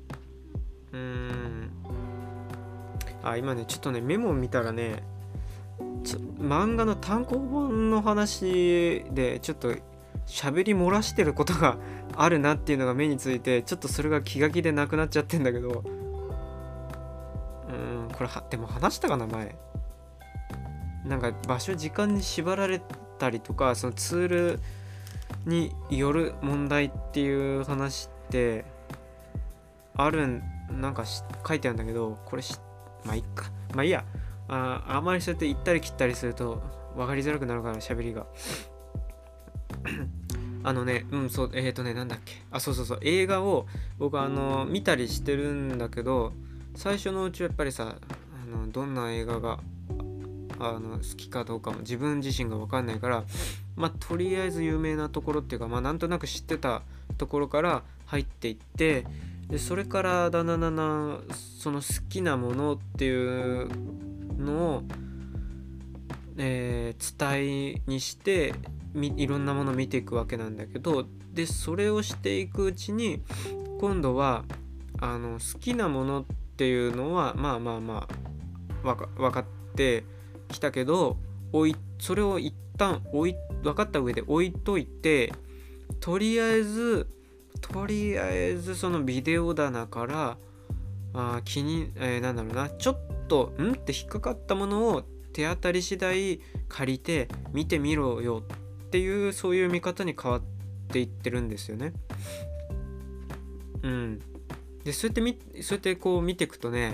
今ねちょっとねメモを見たらね、漫画の単行本の話でちょっと喋り漏らしてることがあるなっていうのが目について、ちょっとそれが気が気でなくなっちゃってんだけど、これでも話したかな前。なんか場所時間に縛られたりとか、そのツールによる問題っていう話ってなんか書いてあるんだけど、これまあいいか、まあいいや。あんまりそうやって行ったり来たりすると分かりづらくなるから喋りがそうなんだっけ、そう映画を僕見たりしてるんだけど、最初のうちはやっぱりさ、どんな映画が好きかどうかも自分自身が分かんないから、まあとりあえず有名なところっていうか、まあなんとなく知ってたところから入っていって、でそれからだんだんその好きなものっていうのを、伝えにしていろんなものを見ていくわけなんだけど、でそれをしていくうちに今度は好きなものっていうのはまあ分かってきたけど、それを一旦分かった上で置いといて、とりあえずそのビデオ棚からなんだろうな、ちょっとって引っかかったものを手当たり次第借りて見てみろよっていう、そういう見方に変わっていってるんですよね。でそうやってこう見ていくとね、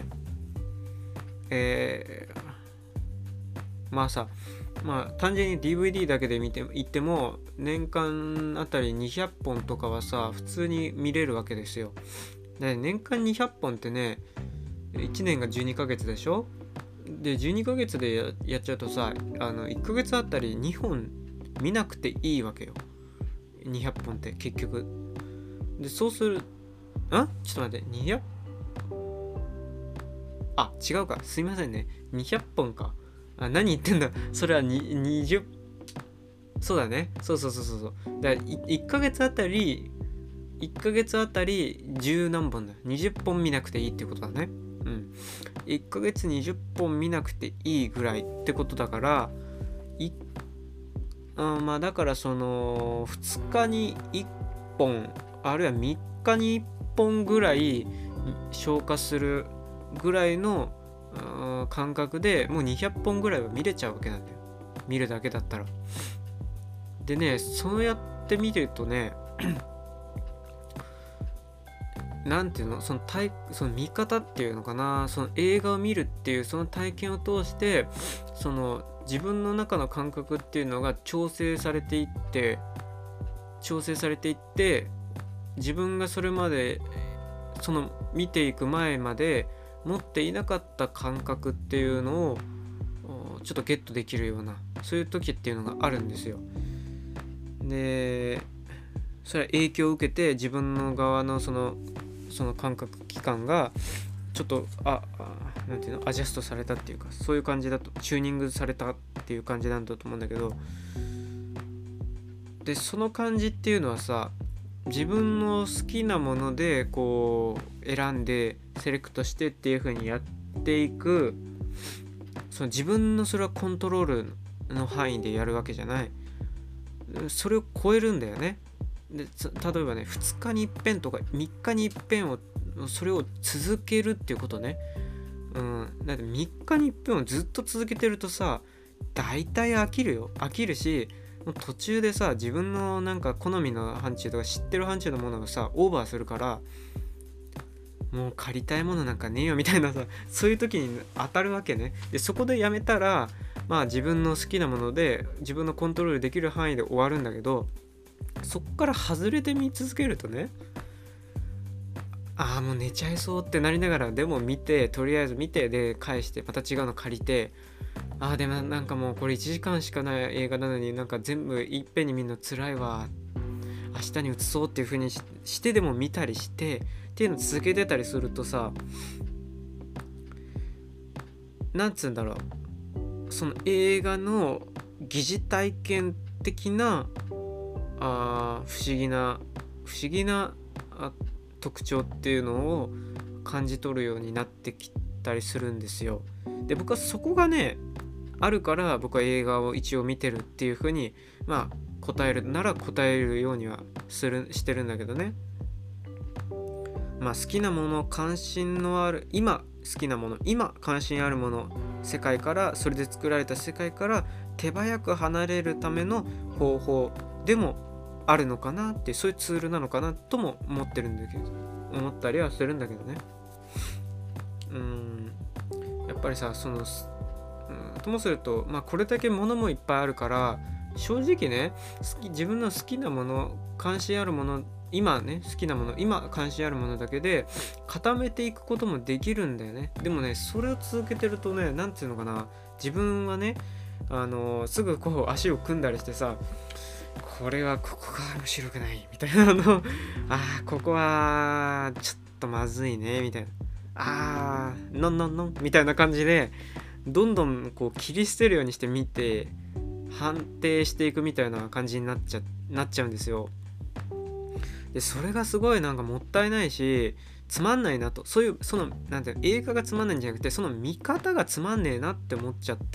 まあ単純に DVD だけで見ていっても年間あたり200本とかはさ普通に見れるわけですよ。で年間200本ってね、1年が12ヶ月でしょ。で12ヶ月で やっちゃうとさ、1ヶ月あたり2本見なくていいわけよ、200本って結局。でそうするちょっと待って、200違うか、すいませんね、200本か。何言ってんだ、それは20、そうだね、そうだから1ヶ月あたり10何本だ、20本見なくていいってことだね。1ヶ月20本見なくていいぐらいってことだから、まあだからその2日に1本あるいは3日に1本ぐらい消化するぐらいの感覚でもう200本ぐらいは見れちゃうわけなんだよ、見るだけだったら。でね、そうやって見てるとねなんていうの、その見方っていうのかな、その映画を見るっていうその体験を通して、その自分の中の感覚っていうのが調整されていって、自分がそれまでその見ていく前まで持っていなかった感覚っていうのをちょっとゲットできるような、そういう時っていうのがあるんですよ。でそれは影響を受けて自分の側のその感覚器官がちょっとなんていうの、アジャストされたっていうか、そういう感じだと、チューニングされたっていう感じなんだと思うんだけど、でその感じっていうのはさ、自分の好きなものでこう選んでセレクトしてっていう風にやっていく、その自分のそれはコントロールの範囲でやるわけじゃない、それを超えるんだよね。で例えばね、2日に一遍とか3日に一遍をそれを続けるっていうことね。だって3日に一遍をずっと続けてるとさ、大体飽きるし、 もう途中でさ、自分のなんか好みの範疇とか知ってる範疇のものがさオーバーするから、もう借りたいものなんかねえよみたいなさ、そういう時に当たるわけね。でそこでやめたら、まあ自分の好きなもので自分のコントロールできる範囲で終わるんだけど、そっから外れて見続けるとね、ああもう寝ちゃいそうってなりながらでも見て、とりあえず見て、で返してまた違うの借りて、ああでもなんかもうこれ1時間しかない映画なのになんか全部いっぺんに見るの辛いわ、明日に移そうっていう風にしてでも見たりしてっていうのを続けてたりするとさ、なんつうんだろう、その映画の疑似体験的な不思議な特徴っていうのを感じ取るようになってきたりするんですよ。で僕はそこがねあるから、僕は映画を一応見てるっていう風にまあ答えるなら答えるようにはしてるんだけどね。まあ好きなもの、関心のある、今好きなもの、今関心あるもの、世界から、それで作られた世界から手早く離れるための方法でもあるのかなって、そういうツールなのかなとも思ってるんだけど、思ったりはするんだけどね。やっぱりさ、ともすると、まあこれだけ物もいっぱいあるから、正直ね、自分の好きなもの、関心あるもの、今ね好きなもの、今関心あるものだけで固めていくこともできるんだよね。でもね、それを続けてるとね、なんていうのかな、自分はね、すぐこう足を組んだりしてさ、これはここが面白くないみたいなのここはちょっとまずいねみたいな、ノンノンノンみたいな感じでどんどんこう切り捨てるようにして見て判定していくみたいな感じになっちゃうんですよ。でそれがすごいなんかもったいないし、つまんないなと、そういうなんていうの、映画がつまんないんじゃなくて、その見方がつまんねえなって思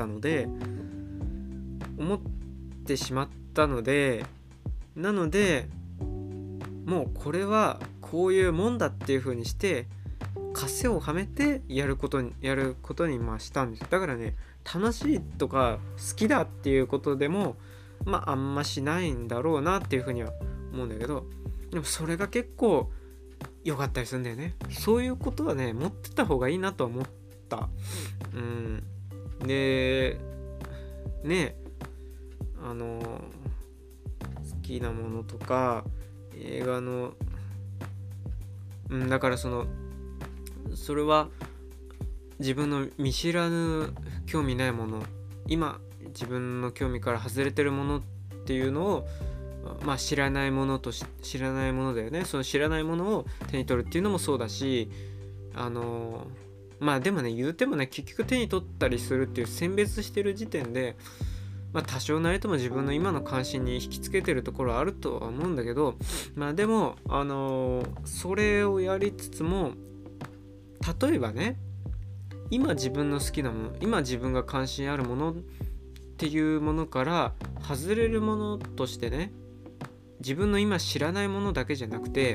ってしまったので、なのでもうこれはこういうもんだっていう風にして枷をはめてやることにまあしたんです。だからね、楽しいとか好きだっていうことでもあんましないんだろうなっていう風には思うんだけど、でもそれが結構良かったりするんだよね。そういうことはね持ってた方がいいなとは思った。でね、好きなものとか映画のだからそれは自分の見知らぬ興味ないもの、今自分の興味から外れてるものっていうのを知らないものだよね。その知らないものを手に取るっていうのもそうだし、でもね、言うてもね、結局手に取ったりするっていう選別してる時点で多少なりとも自分の今の関心に引きつけてるところはあるとは思うんだけど、でもそれをやりつつも、例えばね、今自分の好きなもの、今自分が関心あるものっていうものから外れるものとしてね、自分の今知らないものだけじゃなくて、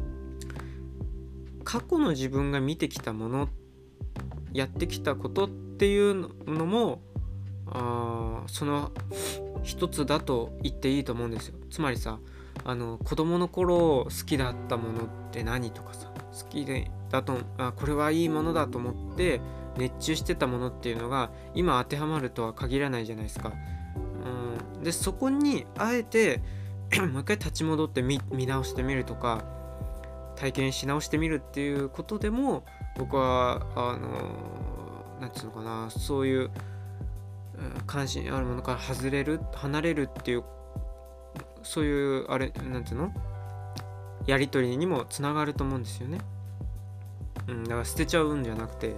過去の自分が見てきたもの、やってきたことっていうのもその一つだと言っていいと思うんですよ。つまりさ、子供の頃好きだったものって何とかさ、好きだとこれはいいものだと思って熱中してたものっていうのが今当てはまるとは限らないじゃないですか。でそこにあえてもう一回立ち戻って見直してみるとか、体験し直してみるっていうことでも、僕はなんていうのかな、そういう関心あるものから離れるっていう、そういうなんていうの、やり取りにもつながると思うんですよね。だから捨てちゃうんじゃなくて、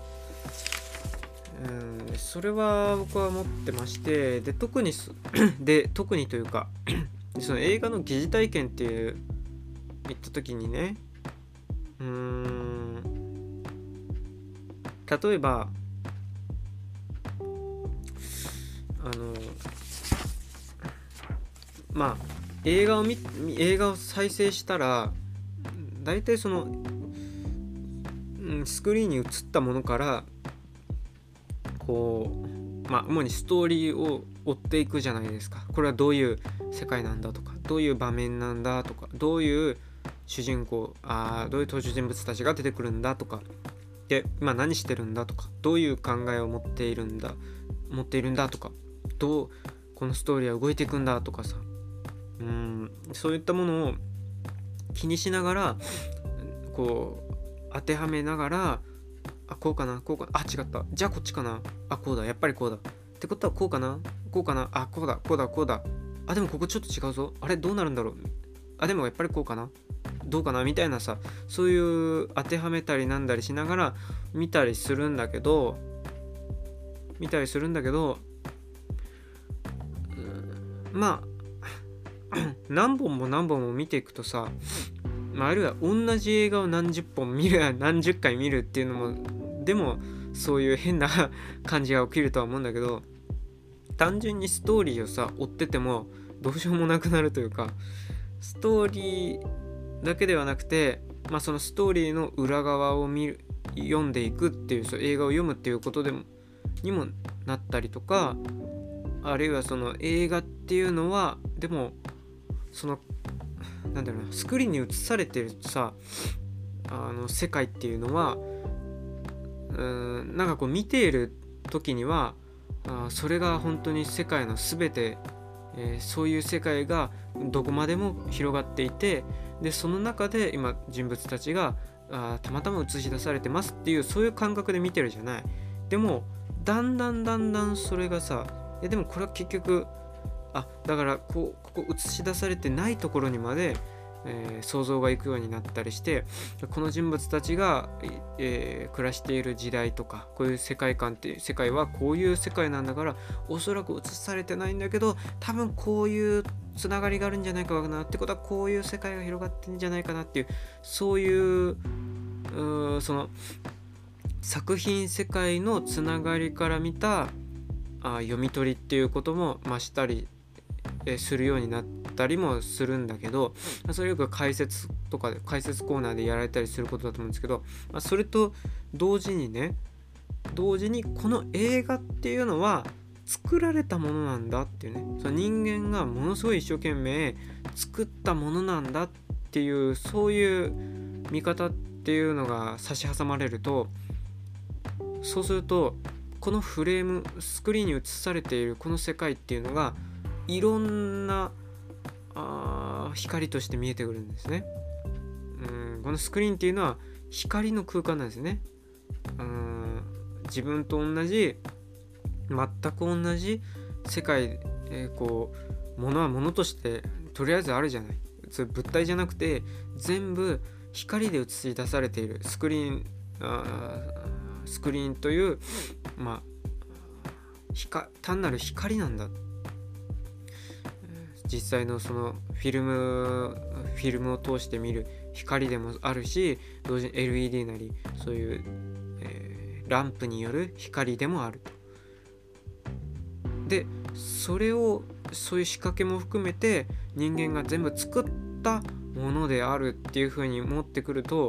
それは僕は思ってまして、で特にというかその映画の疑似体験って言った時にね、例えば映画を再生したら、大体その、スクリーンに映ったものからこう主にストーリーを追っていくじゃないですか。これはどういう世界なんだとか、どういう場面なんだとか、どういう主人公どういう登場人物たちが出てくるんだとかで、今何してるんだとか、どういう考えを持っているんだとか、どうこのストーリーは動いていくんだとかさ、そういったものを気にしながらこう当てはめながら、こうかな、違った、じゃあこっちかな、こうだ、やっぱりこうだってことはこうかな、こうだ、でもここちょっと違うぞ、あれどうなるんだろう、でもやっぱりこうかな、どうかなみたいなさ、そういう当てはめたりなんだりしながら見たりするんだけど、何本も見ていくとさ、あるいは同じ映画を何十本見るや何十回見るっていうのも、でもそういう変な感じが起きるとは思うんだけど、単純にストーリーをさ追っててもどうしようもなくなるというか、ストーリーだけではなくて、そのストーリーの裏側を読んでいくっていう、そう映画を読むっていうことにもなったりとか、あるいはその映画っていうのはでもそのスクリーンに映されてるさ世界っていうのは見ている時にはそれが本当に世界の全て、そういう世界がどこまでも広がっていて、でその中で今人物たちがたまたま映し出されてますっていう、そういう感覚で見てるじゃない。でもだんだんそれがさ、でもこれは結局だからここ映し出されてないところにまで、想像がいくようになったりして、この人物たちが、暮らしている時代とか、こういう世界観っていう世界はこういう世界なんだから、おそらく映されてないんだけど多分こういうつながりがあるんじゃないかなってことは、こういう世界が広がってるんじゃないかなっていう、そういうその作品世界のつながりから見た読み取りっていうこともしたりするようになったりもするんだけど、それよく解説コーナーでやられたりすることだと思うんですけど、それと同時にこの映画っていうのは作られたものなんだっていうね、その人間がものすごい一生懸命作ったものなんだっていう、そういう見方っていうのが差し挟まれると、そうするとこのフレーム、スクリーンに映されているこの世界っていうのがいろんな光として見えてくるんですね。このスクリーンっていうのは光の空間なんですね。自分と全く同じ世界、物は物としてとりあえずあるじゃない。それ物体じゃなくて全部光で映し出されているスクリーンという単なる光なんだ。実際のそのフィルムを通して見る光でもあるし、同時に LED なりそういう、ランプによる光でもあると。でそういう仕掛けも含めて人間が全部作ったものであるっていう風に持ってくると、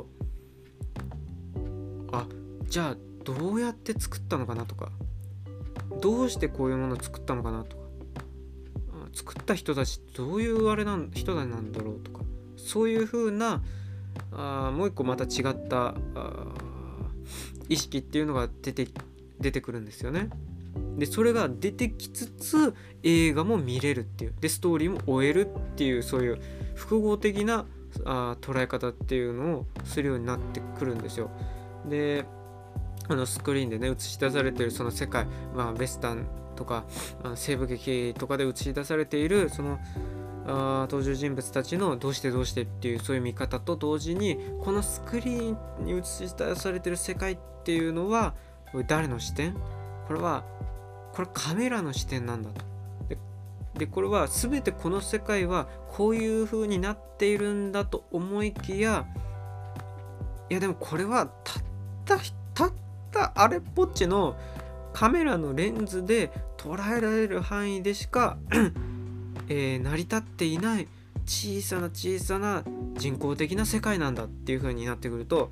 じゃあどうやって作ったのかなとか、どうしてこういうものを作ったのかなとか、作った人たちどういう人なんだろうとか、そういう風なもう一個また違った意識っていうのが出てくるんですよね。でそれが出てきつつ映画も見れるっていう、でストーリーも終えるっていう、そういう複合的な捉え方っていうのをするようになってくるんですよ。でスクリーンでね映し出されているその世界、ベスタンとか西部劇とかで映し出されているその登場人物たちのどうしてっていうそういう見方と同時に、このスクリーンに映し出されている世界っていうのは誰の視点？これカメラの視点なんだと。でこれは全てこの世界はこういう風になっているんだと思いきや、いやでもこれはたったあれっぽっちのカメラのレンズで捉えられる範囲でしか、成り立っていない小さな人工的な世界なんだっていう風になってくると、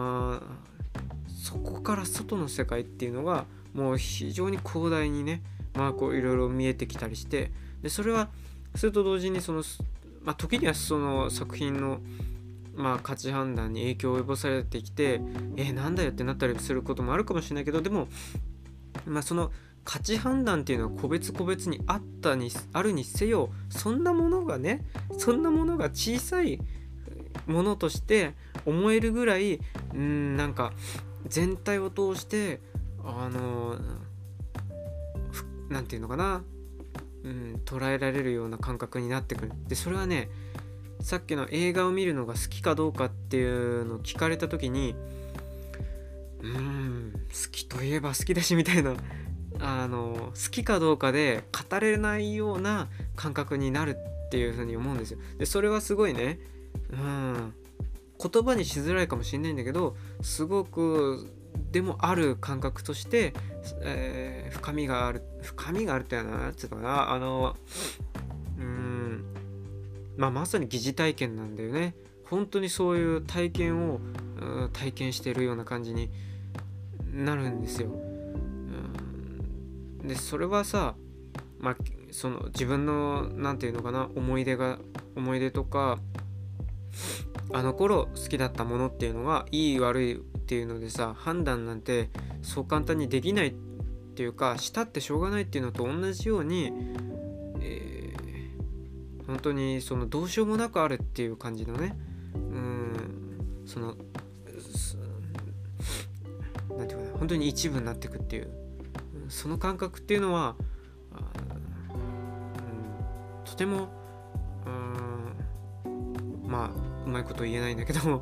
そこから外の世界っていうのがもう非常に広大にねまあこういろいろ見えてきたりして、でそれはそれと同時に時にはその作品の価値判断に影響を及ぼされてきて、なんだよってなったりすることもあるかもしれないけど、でもその価値判断っていうのは個別個別にあるにせよ、そんなものが小さいものとして思えるぐらい、なんか全体を通してなんていうのかな、捉えられるような感覚になってくる。でそれはね、さっきの映画を見るのが好きかどうかっていうのを聞かれた時に、好きといえば好きだしみたいな、好きかどうかで語れないような感覚になるっていうふうに思うんですよ。でそれはすごいね、言葉にしづらいかもしれないんだけど、すごくでもある感覚として、深みがあるってなちょっとな、まさに疑似体験なんだよね。本当にそういう体験を体験しているような感じになるんですよ。でそれはさ、その自分のなんていうのかな、思い出とか、あの頃好きだったものっていうのがいい悪いっていうのでさ、判断なんてそう簡単にできないっていうか、したってしょうがないっていうのと同じように、本当にそのどうしようもなくあるっていう感じのね、なんていうかな、本当に一部になっていくっていう、その感覚っていうのはとてもうまいこと言えないんだけど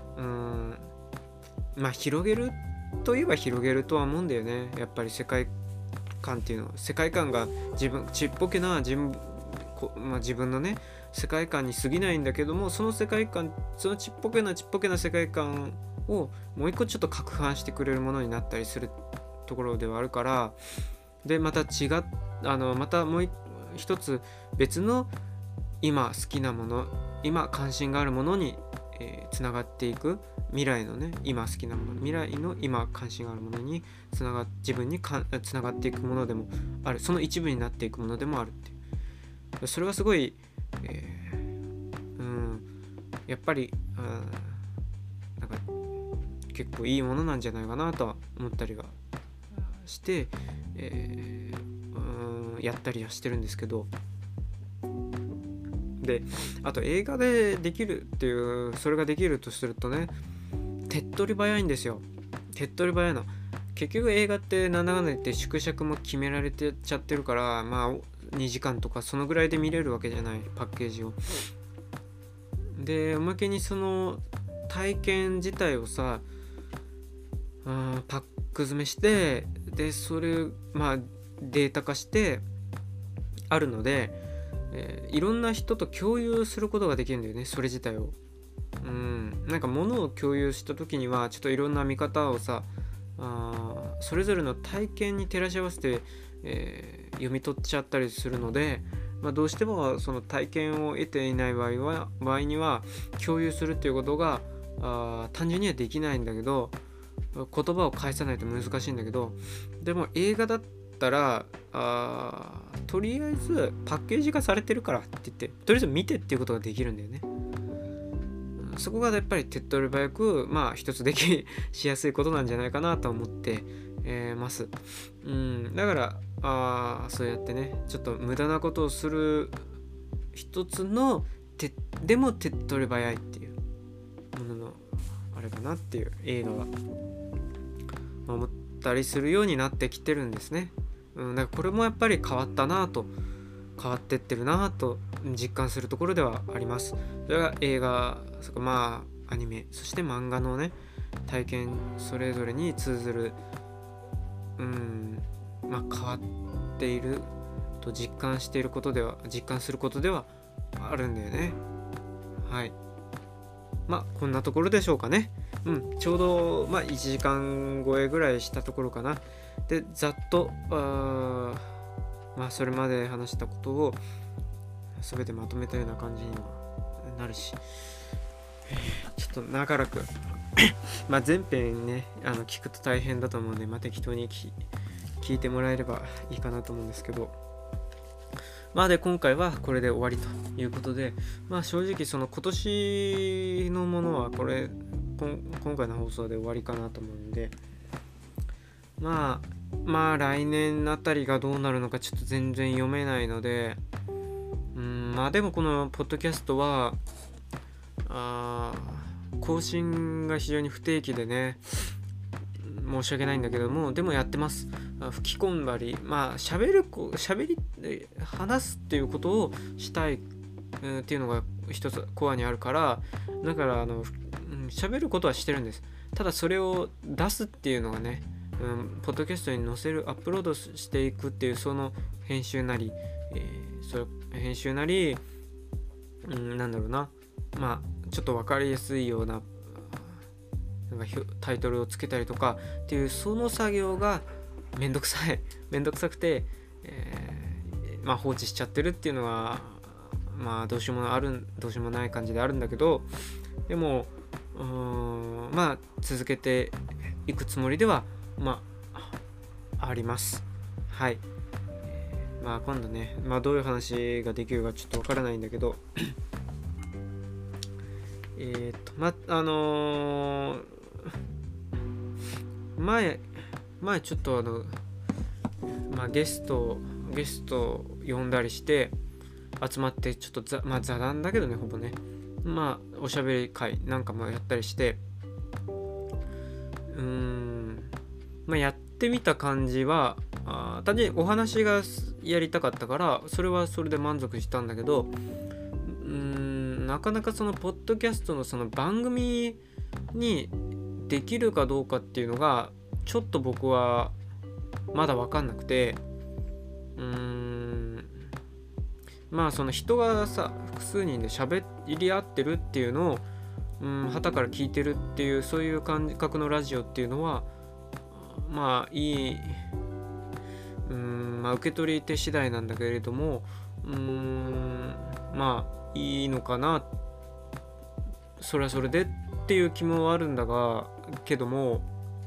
広げるといえば広げるとは思うんだよね。やっぱり世界観っていうのは、世界観がちっぽけな自分のね世界観に過ぎないんだけども、その世界観、そのちっぽけな世界観をもう一個ちょっと攪拌してくれるものになったりするところではあるから、でまたまたもう一つ別の今好きなもの、今関心があるものにつながっていく、未来のね今好きなもの、未来の今関心があるものに自分につながっていくものでもある、その一部になっていくものでもあるっていう、それはすごい、やっぱりなんか結構いいものなんじゃないかなとは思ったりはして、やったりはしてるんですけど、であと映画でできるっていう、それができるとするとね、手っ取り早いんですよ。手っ取り早いの。結局映画ってなんだかんだ言って縮尺も決められてちゃってるから、2時間とかそのぐらいで見れるわけじゃない、パッケージを。でおまけにその体験自体をさ、パック詰めして、でそれデータ化してあるので、いろんな人と共有することができるんだよね、それ自体を。なんか物を共有した時にはちょっといろんな見方をさ、それぞれの体験に照らし合わせて、読み取っちゃったりするので、どうしてもその体験を得ていない場合には共有するっていうことが単純にはできないんだけど、言葉を返さないと難しいんだけど、でも映画だったらとりあえずパッケージ化されてるからって言って、とりあえず見てっていうことができるんだよね。そこがやっぱり手っ取り早く一つしやすいことなんじゃないかなと思って、ます。だからそうやってね、ちょっと無駄なことをする一つのでも手っ取り早いっていうもののあれかなっていう映画が思ったりするようになってきてるんですね。だからこれもやっぱり変わってってるなと実感するところではあります。それが映画、アニメ、そして漫画のね体験それぞれに通ずる変わっていると実感することではあるんだよね。はい。こんなところでしょうかね。ちょうど1時間超えぐらいしたところかな。でざっとそれまで話したことを全てまとめたような感じにはなるし、ちょっと長らく全編ね聞くと大変だと思うんで、適当に聞聞いてもらえればいいかなと思うんですけど、で今回はこれで終わりということで、正直その今年のものは今回の放送で終わりかなと思うんで、来年あたりがどうなるのかちょっと全然読めないので、でもこのポッドキャストは更新が非常に不定期でね、申し訳ないんだけども、でもやってます。吹き込んだり、話すっていうことをしたいっていうのが一つコアにあるから、だから喋ることはしてるんです。ただそれを出すっていうのがね、ポッドキャストに載せる、アップロードしていくっていう、その編集なり、なんだろうな、ちょっと分かりやすいようなタイトルをつけたりとかっていう、その作業がめんどくさくて、放置しちゃってるっていうのはどうしようもない感じであるんだけど、でも続けていくつもりではあります。はい。今度ね、どういう話ができるかちょっとわからないんだけど前ちょっとゲストを呼んだりして集まって、ちょっと座談だけどね、ほぼね、おしゃべり会なんかもやったりして、やってみた感じは、単純にお話がやりたかったから、それはそれで満足したんだけど、なかなかそのポッドキャストのその番組にできるかどうかっていうのがちょっと僕はまだ分かんなくて、その人がさ、複数人で喋り合ってるっていうのを傍から聞いてるっていう、そういう感覚のラジオっていうのはいい、受け取り手次第なんだけれども、いいのかな、それはそれでっていう気もあるんだけども、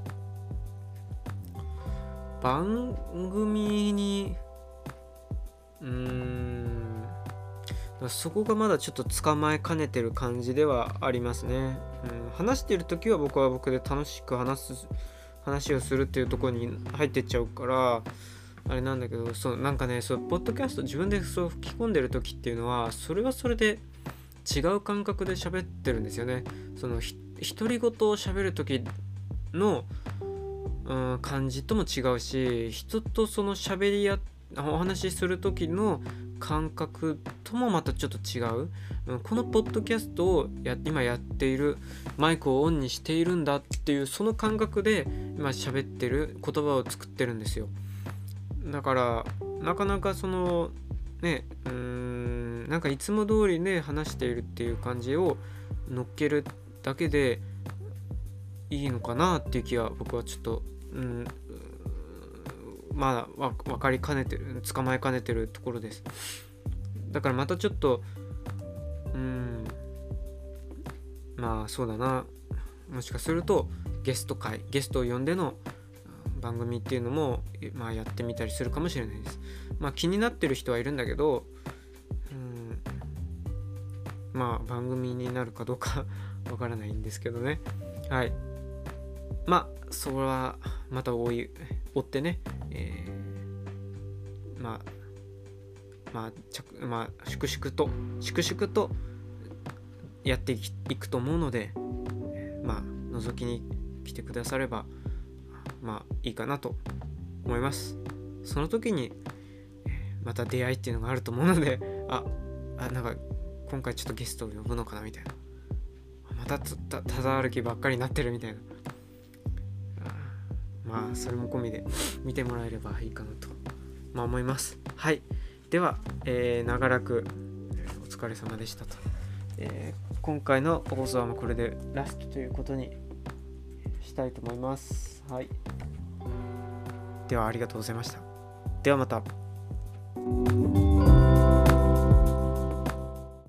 番組にそこがまだちょっと捕まえかねてる感じではありますね。話してる時は僕は僕で楽しく話をするっていうところに入ってっちゃうからあれなんだけど、ポッドキャスト自分で吹き込んでる時っていうのは、それはそれで違う感覚で喋ってるんですよね。その独り言を喋る時の感じとも違うし、人とそのお話しする時の感覚ともまたちょっと違う。このポッドキャストを今やっている、マイクをオンにしているんだっていう、その感覚で今喋ってる、言葉を作ってるんですよ。だからなかなかそのね、なんかいつも通りね話しているっていう感じを乗っけるだけでいいのかなっていう気は僕はちょっと分かりかねてる、捕まえかねてるところです。だからまたちょっとそうだな、もしかするとゲストを呼んでの番組っていうのもやってみたりするかもしれないです。気になってる人はいるんだけど、番組になるかどうかわからないんですけどね。はい。それはまた追ってね、粛々とやっていくと思うので、覗きに来てくださればいいかなと思います。その時にまた出会いっていうのがあると思うので、なんか今回ちょっとゲストを呼ぶのかなみたいな、またただ歩きばっかりになってるみたいな、それも込みで見てもらえればいいかなと、思います。はい。では、長らくお疲れ様でしたと。今回の放送はこれでラストということにしたいと思います。はい。ではありがとうございました。ではまた。